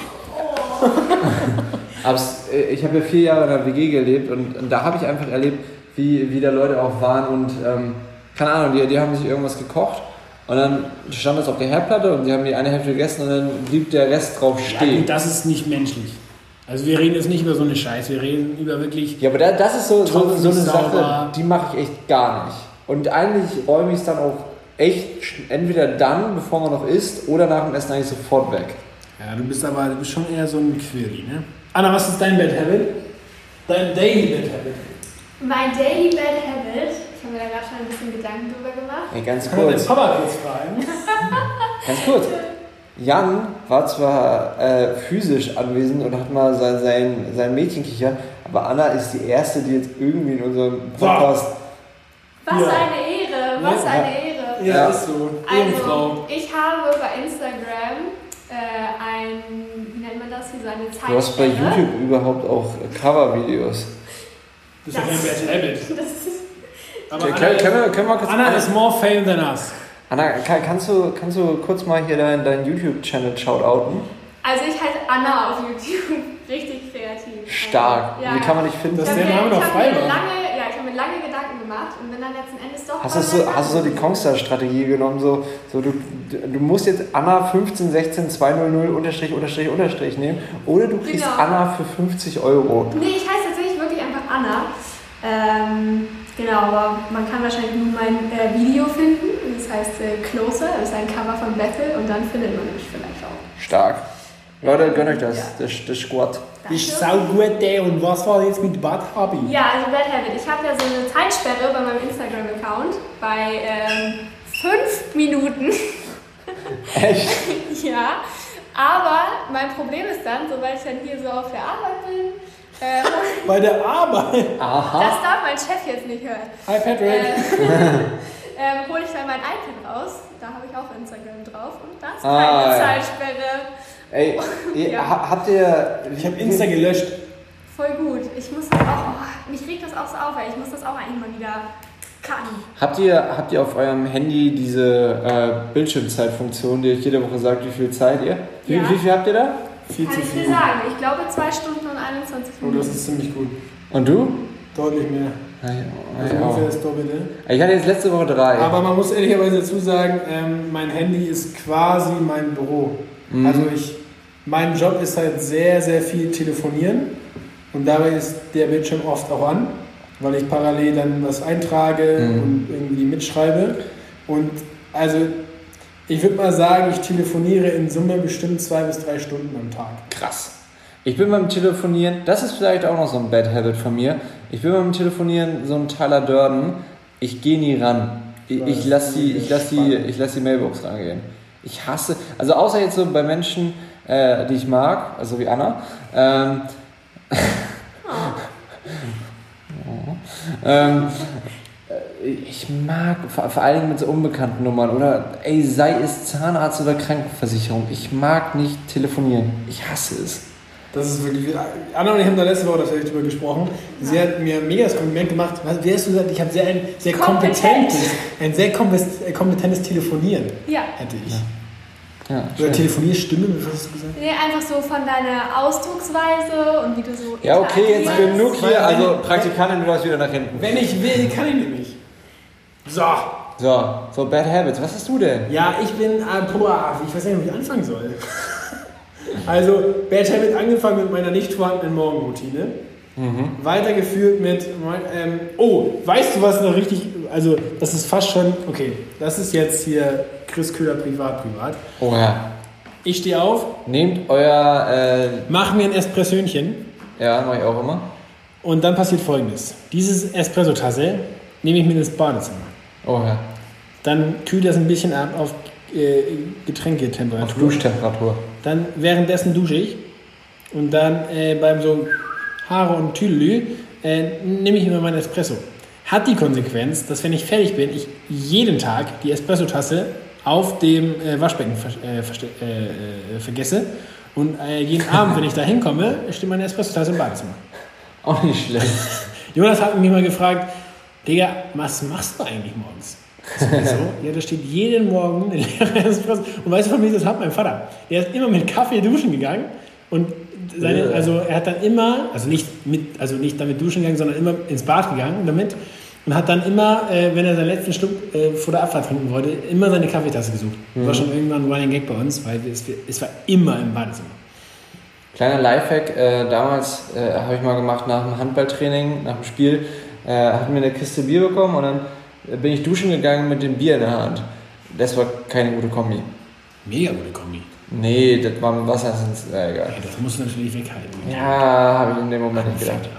ich habe ja 4 Jahre in einer WG gelebt und da habe ich einfach erlebt, wie da Leute auch waren und keine Ahnung, die haben sich irgendwas gekocht und dann stand das auf der Herdplatte und die haben die eine Hälfte gegessen und dann blieb der Rest drauf stehen. Ja, das ist nicht menschlich. Also wir reden jetzt nicht über so eine Scheiße, wir reden über wirklich... Ja, aber das ist so eine Sache, die mache ich echt gar nicht. Und eigentlich räume ich es dann auch echt entweder dann, bevor man noch isst, oder nach dem Essen eigentlich sofort weg. Ja, du bist schon eher so ein Quirli, ne? Anna, was ist dein Bad Habit? Dein Daily Bad Habit? Mein Daily Bad Habit, ich habe mir da gerade schon ein bisschen Gedanken drüber gemacht. Hey, ganz kurz. Kann Papa kurz fragen? Ganz kurz. Jan war zwar physisch anwesend und hat mal sein Mädchen kichern, aber Anna ist die Erste, die jetzt irgendwie in unserem Podcast... Was eine Ehre, was eine Ehre. Ja, ist so. Also, ich habe bei Instagram wie nennt man das, wie so eine Zeitstelle. Du hast bei YouTube überhaupt auch Covervideos. Das ist ja kein Bad Habit. Aber können wir kurz... Anna is more fame than us. Anna, kannst du kurz mal hier deinen YouTube-Channel shoutouten? Also ich heiße Anna auf YouTube. Stark. Ja, Wie kann man dich finden? Dass der Name noch frei war. Ich habe mir lange Gedanken gemacht und bin dann letzten Endes doch... Hast du so die Kongstar-Strategie genommen, so du musst jetzt Anna 1516 200 _ nehmen oder du kriegst Anna für 50 €. Nee, ich heiße tatsächlich wirklich einfach Anna. Genau, aber man kann wahrscheinlich nur mein Video finden. Das heißt Closer, das ist ein Cover von Battle und dann findet man mich vielleicht auch. Stark. Leute, gönnt euch das. Das Squad. Ich sau gut, der. Und was war jetzt mit Bad Hobby? Ja, also Bad Habit. Ich habe ja so eine Zeitsperre bei meinem Instagram-Account bei 5 Minuten. Echt? Ja, aber mein Problem ist dann, sobald ich dann hier so auf der Arbeit bin, Bei der Arbeit? Aha. das darf mein Chef jetzt nicht hören. Hi Patrick. Hole ich dann mein iPad raus, da habe ich auch Instagram drauf und das ist keine Zeitsperre. Ey, habt ihr... Ich habe Insta gelöscht. Voll gut. Ich muss das auch... mich regt das auch so auf, ey. Ich muss das auch eigentlich mal wieder cutten. Habt ihr auf eurem Handy diese Bildschirmzeitfunktion, die euch jede Woche sagt, wie viel Zeit ihr? Wie viel habt ihr da? Viel Kann zu ich viel. dir sagen. Ich glaube 2 Stunden und 21 Oh, Minuten. das ist ziemlich gut. Und du? Deutlich mehr. Also ungefähr das Doppelte. Ich hatte jetzt letzte Woche 3. Aber man muss ehrlicherweise dazu sagen, mein Handy ist quasi mein Büro. Also mein Job ist halt sehr, sehr viel telefonieren und dabei ist der Bildschirm oft auch an, weil ich parallel dann was eintrage und irgendwie mitschreibe. Und also ich würde mal sagen, ich telefoniere in Summe bestimmt 2 bis 3 Stunden am Tag. Krass. Ich bin beim Telefonieren, das ist vielleicht auch noch so ein Bad Habit von mir, ich bin beim Telefonieren so ein Tyler Durden, ich gehe nie ran. Ich lass die Mailbox rangehen. Ich hasse, also außer jetzt so bei Menschen, die ich mag, also wie Anna, ich mag vor allen Dingen mit so unbekannten Nummern oder sei es Zahnarzt oder Krankenversicherung, ich mag nicht telefonieren, ich hasse es. Das ist wirklich. Anna und ich haben da letzte Woche tatsächlich drüber gesprochen. Sie hat mir mega das Kompliment gemacht. Wie hast du gesagt? Ich habe ein sehr kompetentes Telefonieren. Ja. Hätte ich. Ja, oder Telefonierstimme, was hast du gesagt? Nee, einfach so von deiner Ausdrucksweise und wie du so... Ja, okay, jetzt interagierst. genug hier. Also, Praktikantin, du darfst wieder nach hinten. Wenn ich will, kann ich nämlich. So, Bad Habits, was hast du denn? Ja, ich bin, ich weiß nicht, wo ich anfangen soll. Also, Bad Habit angefangen mit meiner nicht vorhandenen Morgenroutine. Weitergeführt mit, weißt du was noch richtig, also das ist fast schon, okay, das ist jetzt hier Chris Köhler privat. Oh ja. Ich stehe auf. Nehmt euer... Mach mir ein Espressönchen. Ja, mache ich auch immer. Und dann passiert Folgendes. Diese Espresso-Tasse nehme ich mir ins Badezimmer. Oh ja. Dann kühlt das ein bisschen ab auf Getränketemperatur. Auf Duschtemperatur. Dann währenddessen dusche ich. Und dann beim so Haare und Tüdelü nehme ich immer meinen Espresso. Hat die Konsequenz, dass wenn ich fertig bin, ich jeden Tag die Espresso-Tasse auf dem Waschbecken vergesse. Und jeden Abend, wenn ich da hinkomme, steht meine Espresso-Tasse im Badezimmer. Auch nicht schlecht. Jonas hat mich mal gefragt, Digga, was machst du eigentlich morgens? So, ja, da steht jeden Morgen eine leere Espresso. Und weißt du, von wem das hat? Mein Vater. Der ist immer mit Kaffee duschen gegangen und er hat dann immer, nicht damit duschen gegangen, sondern immer ins Bad gegangen damit und hat dann immer, wenn er seinen letzten Schluck vor der Abfahrt trinken wollte, immer seine Kaffeetasse gesucht. Das war schon irgendwann ein Running Gag bei uns, weil es war immer im Badezimmer. Kleiner Lifehack, damals habe ich mal gemacht nach dem Handballtraining, nach dem Spiel, hatten wir eine Kiste Bier bekommen und dann bin ich duschen gegangen mit dem Bier in der Hand. Das war keine gute Kombi. Mega gute Kombi. Nee, das war mit Wasser, egal. Ja, das musst du natürlich weghalten. Ja, habe ich in dem Moment nicht gedacht.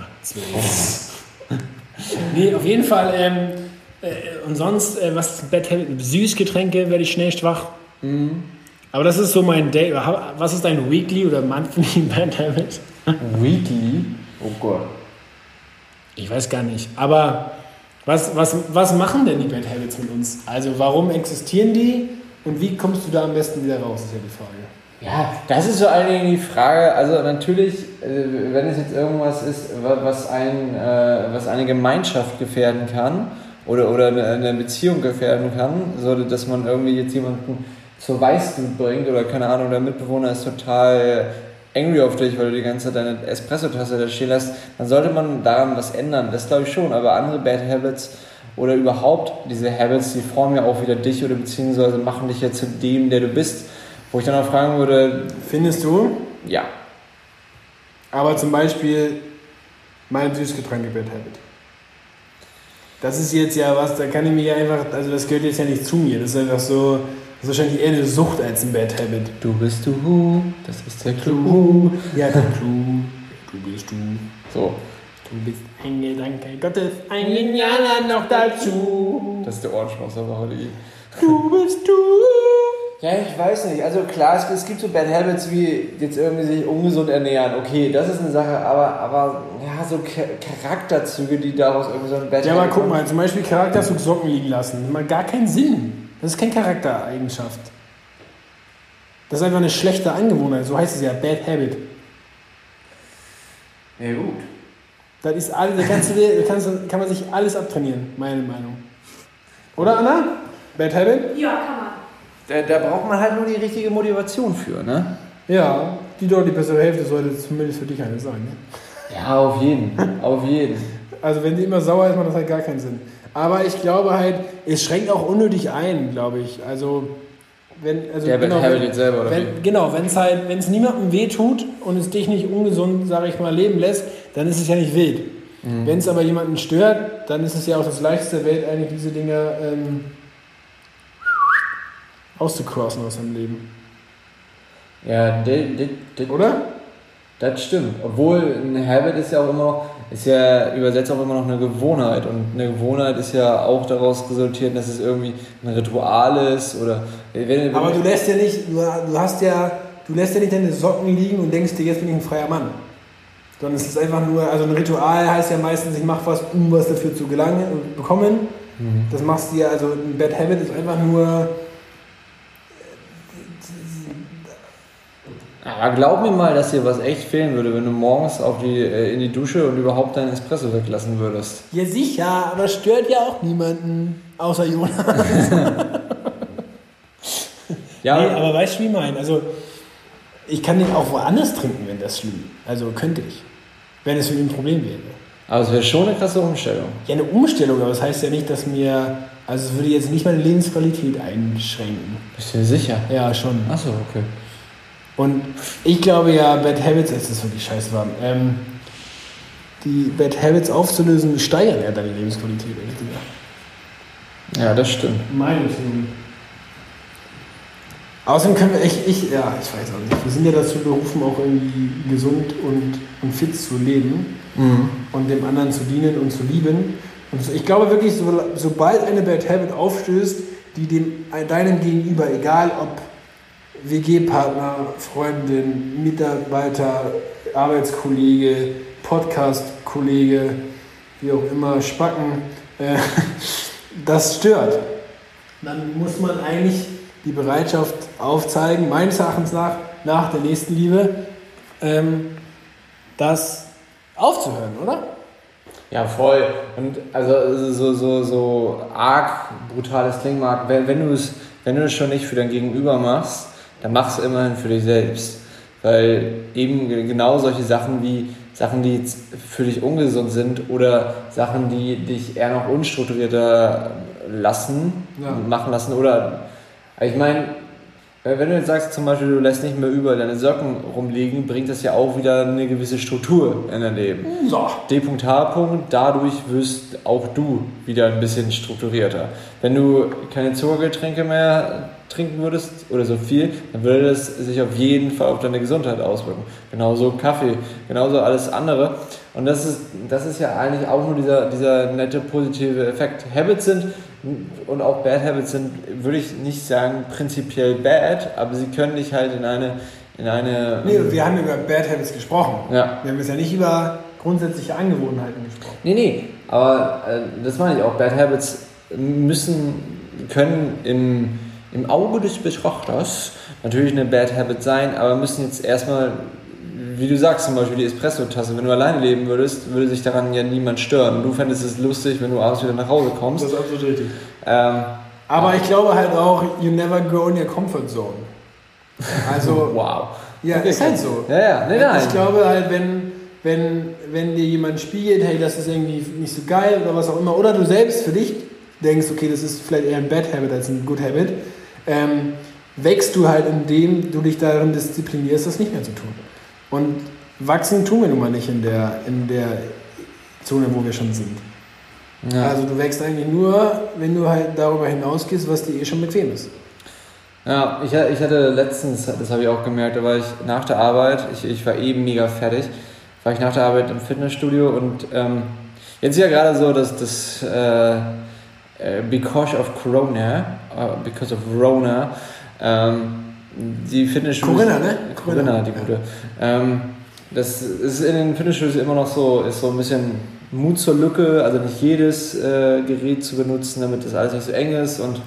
Nee, auf jeden Fall. Und sonst, was Bad Habit? Süßgetränke werde ich schnell schwach. Aber das ist so mein Day. Was ist dein Weekly oder Monthly Bad Habit? Weekly? Oh Gott. Ich weiß gar nicht. Aber was machen denn die Bad Habits mit uns? Also warum existieren die und wie kommst du da am besten wieder raus, ist ja die Frage. Ja, das ist vor allen Dingen die Frage, also natürlich, wenn es jetzt irgendwas ist, was eine Gemeinschaft gefährden kann oder eine Beziehung gefährden kann, so dass man irgendwie jetzt jemanden zur Weißglut bringt oder keine Ahnung, der Mitbewohner ist total angry auf dich, weil du die ganze Zeit deine Espresso-Tasse da stehen lässt, dann sollte man daran was ändern. Das glaube ich schon, aber andere Bad Habits oder überhaupt diese Habits, die formen ja auch wieder dich oder beziehungsweise machen dich ja zu dem, der du bist. Wo ich dann auch fragen würde... Findest du? Ja. Aber zum Beispiel mein Süßgetränke-Bad Habit. Das ist jetzt ja was, da kann ich mich einfach, also das gehört jetzt ja nicht zu mir. Das ist einfach so, das ist wahrscheinlich eher eine Sucht als ein Bad Habit. Du bist du, das ist der Clou. Ja, der Clou. Du bist du. So. Du bist ein Gedanke Gottes, ein Genialer noch dazu. Das ist der Ohrenschmaus, aber heute. Du bist du. Ja, ich weiß nicht. Also klar, es gibt so Bad Habits wie jetzt irgendwie sich ungesund ernähren. Okay, das ist eine Sache, aber ja, so Charakterzüge, die daraus irgendwie so ein Bad Habit... Ja, aber guck mal, zum Beispiel Charakterzug Socken liegen lassen. Das macht gar keinen Sinn. Das ist keine Charaktereigenschaft. Das ist einfach eine schlechte Angewohnheit. So heißt es ja, Bad Habit. Ja, gut. Das ist alles, kann man sich alles abtrainieren, meine Meinung. Oder, Anna? Bad Habit? Ja, kann man. Da braucht man halt nur die richtige Motivation für, ne? Ja, die bessere Hälfte sollte zumindest für dich eine sein. Ne? Ja, auf jeden. Auf jeden. Also wenn die immer sauer ist, macht das halt gar keinen Sinn. Aber ich glaube halt, es schränkt auch unnötig ein, glaube ich. Also der Bad Habit jetzt selber, oder wie? Genau, wenn es niemandem weh tut und es dich nicht ungesund, sage ich mal, leben lässt, dann ist es ja nicht wild. Mhm. Wenn es aber jemanden stört, dann ist es ja auch das Leichteste der Welt, eigentlich diese Dinge auszukrossen aus seinem Leben. Ja, oder? Das stimmt. Obwohl ein Habit ist ja auch immer noch, ist ja übersetzt auch immer noch eine Gewohnheit. Und eine Gewohnheit ist ja auch daraus resultiert, dass es irgendwie ein Ritual ist oder... Aber du lässt ja nicht, du lässt ja nicht deine Socken liegen und denkst dir, jetzt bin ich ein freier Mann. Sondern es ist einfach nur, also ein Ritual heißt ja meistens, ich mache was, um was dafür zu gelangen und bekommen. Mhm. Das machst du ja, also ein Bad Habit ist einfach nur... Aber glaub mir mal, dass dir was echt fehlen würde, wenn du morgens in die Dusche und überhaupt deinen Espresso weglassen würdest. Ja sicher, aber stört ja auch niemanden, außer Jonas. Ja, nee, aber weißt du, wie ich meine? Also, ich kann den auch woanders trinken, wenn das schlimm ist. Also könnte ich, wenn es für ihn ein Problem wäre. Aber es wäre schon eine krasse Umstellung. Ja, eine Umstellung, aber das heißt ja nicht, dass also es würde jetzt nicht meine Lebensqualität einschränken. Bist du dir sicher? Ja, schon. Achso, okay. Und ich glaube ja, Bad Habits, es ist wirklich scheiße warm, die Bad Habits aufzulösen, steigern ja deine Lebensqualität, ehrlich gesagt. Ja, das stimmt. Meine Theorie. Außerdem können wir ich weiß auch nicht, wir sind ja dazu berufen, auch irgendwie gesund und fit zu leben und dem anderen zu dienen und zu lieben. Und ich glaube wirklich, sobald eine Bad Habit aufstößt, die deinem Gegenüber, egal ob WG-Partner, Freundin, Mitarbeiter, Arbeitskollege, Podcast-Kollege, wie auch immer, Spacken, das stört. Dann muss man eigentlich die Bereitschaft aufzeigen, meines Erachtens nach der Nächstenliebe, das aufzuhören, oder? Ja, voll. Und also so arg brutales Ding mag, wenn du es schon nicht für dein Gegenüber machst, dann machst du immerhin für dich selbst. Weil eben genau solche Sachen, die für dich ungesund sind oder Sachen, die dich eher noch unstrukturierter machen lassen. Oder, ich meine, wenn du jetzt sagst zum Beispiel, du lässt nicht mehr überall deine Socken rumliegen, bringt das ja auch wieder eine gewisse Struktur in dein Leben. So. D.H. Dadurch wirst auch du wieder ein bisschen strukturierter. Wenn du keine Zuckergetränke mehr trinken würdest oder so viel, dann würde das sich auf jeden Fall auf deine Gesundheit auswirken. Genauso Kaffee, genauso alles andere. Und das ist ja eigentlich auch nur dieser nette positive Effekt. Habits sind und auch Bad Habits sind, würde ich nicht sagen prinzipiell bad, aber sie können dich halt in eine... Nee, wir haben über Bad Habits gesprochen. Ja. Wir haben jetzt ja nicht über grundsätzliche Angewohnheiten gesprochen. Nee, aber das meine ich auch. Bad Habits können im Auge des Betrachters natürlich eine Bad Habit sein, aber müssen jetzt erstmal, wie du sagst, zum Beispiel die Espresso-Tasse, wenn du alleine leben würdest, würde sich daran ja niemand stören. Du fändest es lustig, wenn du abends wieder nach Hause kommst. Das ist absolut richtig. Aber ich glaube halt auch, you never go in your comfort zone. Also, wow. Ja, okay, ist halt so. Ja. Nein. Ich glaube halt, wenn dir jemand spiegelt, hey, das ist irgendwie nicht so geil oder was auch immer, oder du selbst für dich denkst, okay, das ist vielleicht eher ein Bad Habit als ein Good Habit, wächst du halt, indem du dich darin disziplinierst, das nicht mehr zu tun. Und wachsen tun wir nun mal nicht in der Zone, wo wir schon sind. Ja. Also du wächst eigentlich nur, wenn du halt darüber hinausgehst, was dir schon bequem ist. Ja, ich hatte letztens, das habe ich auch gemerkt, da war ich nach der Arbeit, ich war eben mega fertig, war ich nach der Arbeit im Fitnessstudio und jetzt ist ja gerade so, dass das because of Rona, die Fitnessstudios... Corinna, ne? Corinna, die gute. Das ist in den Fitnessstudios immer noch so, ist so ein bisschen Mut zur Lücke, also nicht jedes Gerät zu benutzen, damit das alles nicht so eng ist und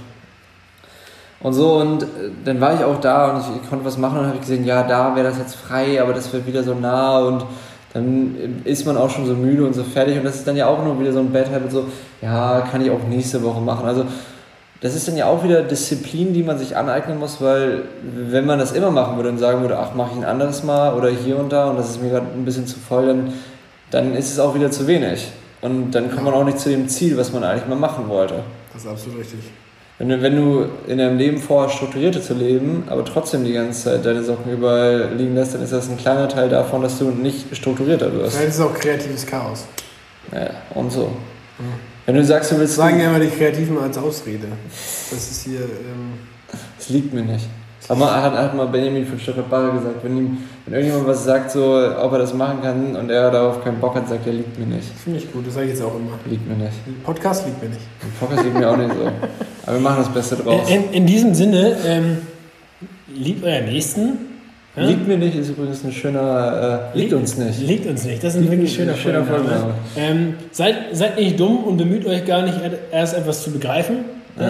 so. Und dann war ich auch da und ich konnte was machen und habe gesehen, ja, da wäre das jetzt frei, aber das wird wieder so nah und dann ist man auch schon so müde und so fertig und das ist dann ja auch nur wieder so ein Bad Habit, so, ja, kann ich auch nächste Woche machen. Also das ist dann ja auch wieder Disziplin, die man sich aneignen muss, weil wenn man das immer machen würde und sagen würde, ach, mache ich ein anderes Mal oder hier und da und das ist mir gerade ein bisschen zu voll, dann ist es auch wieder zu wenig. Und dann kommt man auch nicht zu dem Ziel, was man eigentlich mal machen wollte. Das ist absolut richtig. Wenn du in deinem Leben vorhast, strukturierter zu leben, aber trotzdem die ganze Zeit deine Socken überall liegen lässt, dann ist das ein kleiner Teil davon, dass du nicht strukturierter wirst. Vielleicht ist es auch kreatives Chaos. Ja, und so. Mhm. Wenn du sagst, du willst... Sagen ja immer die Kreativen als Ausrede. Das ist hier... Das liegt mir nicht. Aber hat mal Benjamin von Stuttgart-Barre gesagt, wenn irgendjemand was sagt, so, ob er das machen kann und er darauf keinen Bock hat, sagt er, liegt mir nicht. Finde ich gut, das sage ich jetzt auch immer. Liegt mir nicht. Podcast liegt mir nicht. Podcast liegt mir auch nicht so. Aber wir machen das Beste draus. In diesem Sinne, liebt euer Nächsten. Ja? Liegt mir nicht ist übrigens ein schöner... liegt uns nicht. Liegt uns nicht, das ist ein wirklich schöner Folgenname. Seid nicht dumm und bemüht euch gar nicht, erst etwas zu begreifen. Ja.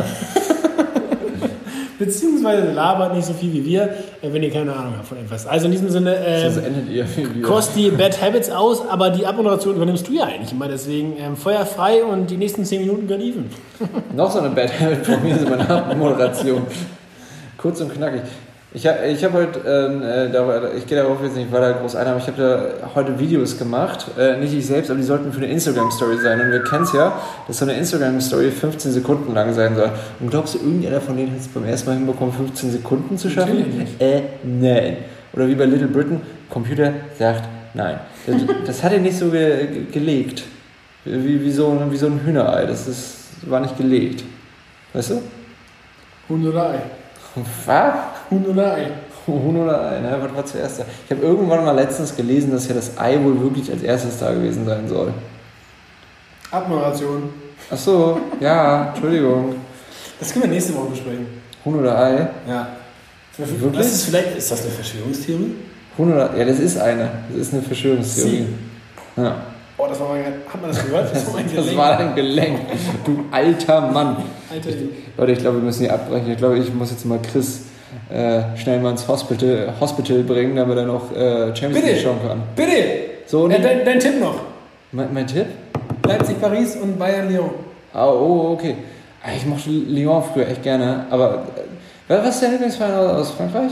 Beziehungsweise labert nicht so viel wie wir, wenn ihr keine Ahnung habt von etwas. Also in diesem Sinne, kost die Bad Habits aus, aber die Abmoderation übernimmst du ja eigentlich immer. Deswegen Feuer frei und die nächsten 10 Minuten gehören even. Noch so eine Bad Habit von mir ist meine Abmoderation. Kurz und knackig. Ich habe heute, ich gehe darauf jetzt nicht weiter groß ein, aber ich habe da heute Videos gemacht, nicht ich selbst, aber die sollten für eine Instagram-Story sein. Und wir kennen es ja, dass so eine Instagram-Story 15 Sekunden lang sein soll. Und glaubst du, irgendeiner von denen hat es beim ersten Mal hinbekommen, 15 Sekunden zu schaffen? Nein. Oder wie bei Little Britain, Computer sagt nein. Das hat er nicht so gelegt. Wie so ein Hühnerei. Das war nicht gelegt. Weißt du? Huhn oder Ei. Was? Huhn oder Ei? Huhn oder Ei, ne? Was war zuerst da? Ich habe irgendwann mal letztens gelesen, dass ja das Ei wohl wirklich als erstes da gewesen sein soll. Abmoderation. Ach so, ja, Entschuldigung. Das können wir nächste Woche besprechen. Huhn oder Ei? Ja. Wirklich? Ist das eine Verschwörungstheorie? Huhn oder Ei? Ja, das ist eine Verschwörungstheorie. Ja. Oh, hat man das gehört? Das war ein Gelenk. Du alter Mann. Leute, ich glaube, wir müssen hier abbrechen. Ich glaube, ich muss jetzt mal Chris schnell mal ins Hospital bringen, damit er noch Champions League schauen kann. Bitte! So, dein Tipp noch. Mein Tipp? Leipzig, Paris und Bayern, Lyon. Oh, okay. Ich mochte Lyon früher echt gerne, aber was ist dein Lieblingsverein aus Frankreich?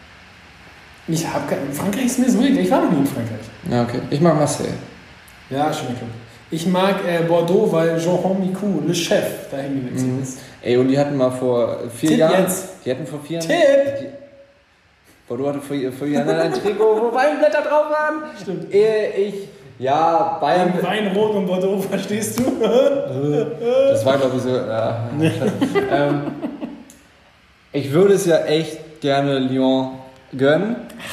Frankreich ist mir so egal. Ich war noch nie in Frankreich. Ja, okay. Ich mag Marseille. Ja, schön. Ich mag Bordeaux, weil Jean Micou, le Chef, dahin gewechselt ist. Ey, und die hatten mal vor 4 Jahren... Die hatten vor 4 Jahren... Tipp! Bordeaux hatte vor 4 Jahren ein Trikot, wo Weinblätter drauf waren. Stimmt. Ja, Bayern... Weinrot und Bordeaux, verstehst du? Das war, glaube ich, so... Ja, ich würde es ja echt gerne Lyon gönnen.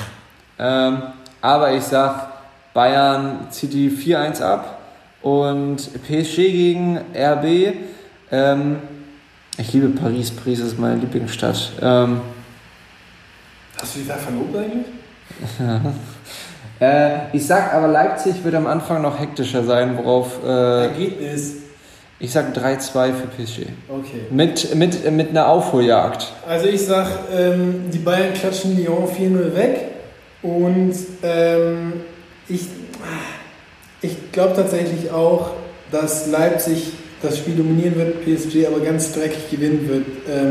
Aber ich sag... Bayern zieht die 4-1 ab und PSG gegen RB. Ich liebe Paris. Paris ist meine Lieblingsstadt. Hast du die da verlobt eigentlich? Ich sag aber, Leipzig wird am Anfang noch hektischer sein, worauf... Ergebnis? Ich sag 3-2 für PSG. Okay. Mit einer Aufholjagd. Also ich sag, die Bayern klatschen Lyon 4-0 weg und... Ich glaube tatsächlich auch, dass Leipzig das Spiel dominieren wird, PSG aber ganz dreckig gewinnen wird,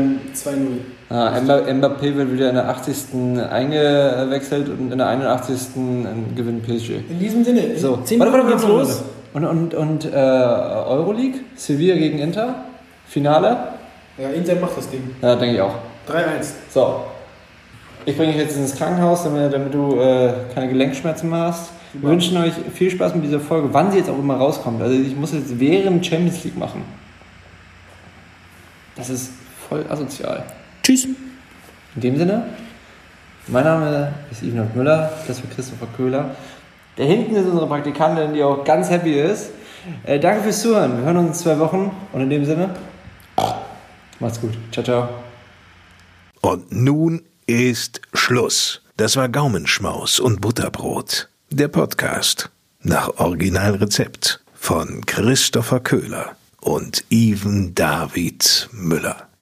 2-0. Mbappé wird wieder in der 80. eingewechselt und in der 81. gewinnt PSG. In diesem Sinne. So, warte, geht's los? Und Euroleague? Sevilla gegen Inter? Finale? Ja, Inter macht das Ding. Ja, denke ich auch. 3-1. So. Ich bringe dich jetzt ins Krankenhaus, damit du keine Gelenkschmerzen mehr hast. Wir wünschen euch viel Spaß mit dieser Folge, wann sie jetzt auch immer rauskommt. Also ich muss jetzt während Champions League machen. Das ist voll asozial. Tschüss. In dem Sinne, mein Name ist Ivan Müller, das war Christopher Köhler. Da hinten ist unsere Praktikantin, die auch ganz happy ist. Danke fürs Zuhören. Wir hören uns in 2 Wochen. Und in dem Sinne, macht's gut. Ciao, ciao. Und nun ist Schluss. Das war Gaumenschmaus und Butterbrot. Der Podcast nach Originalrezept von Christopher Köhler und Ivan David Müller.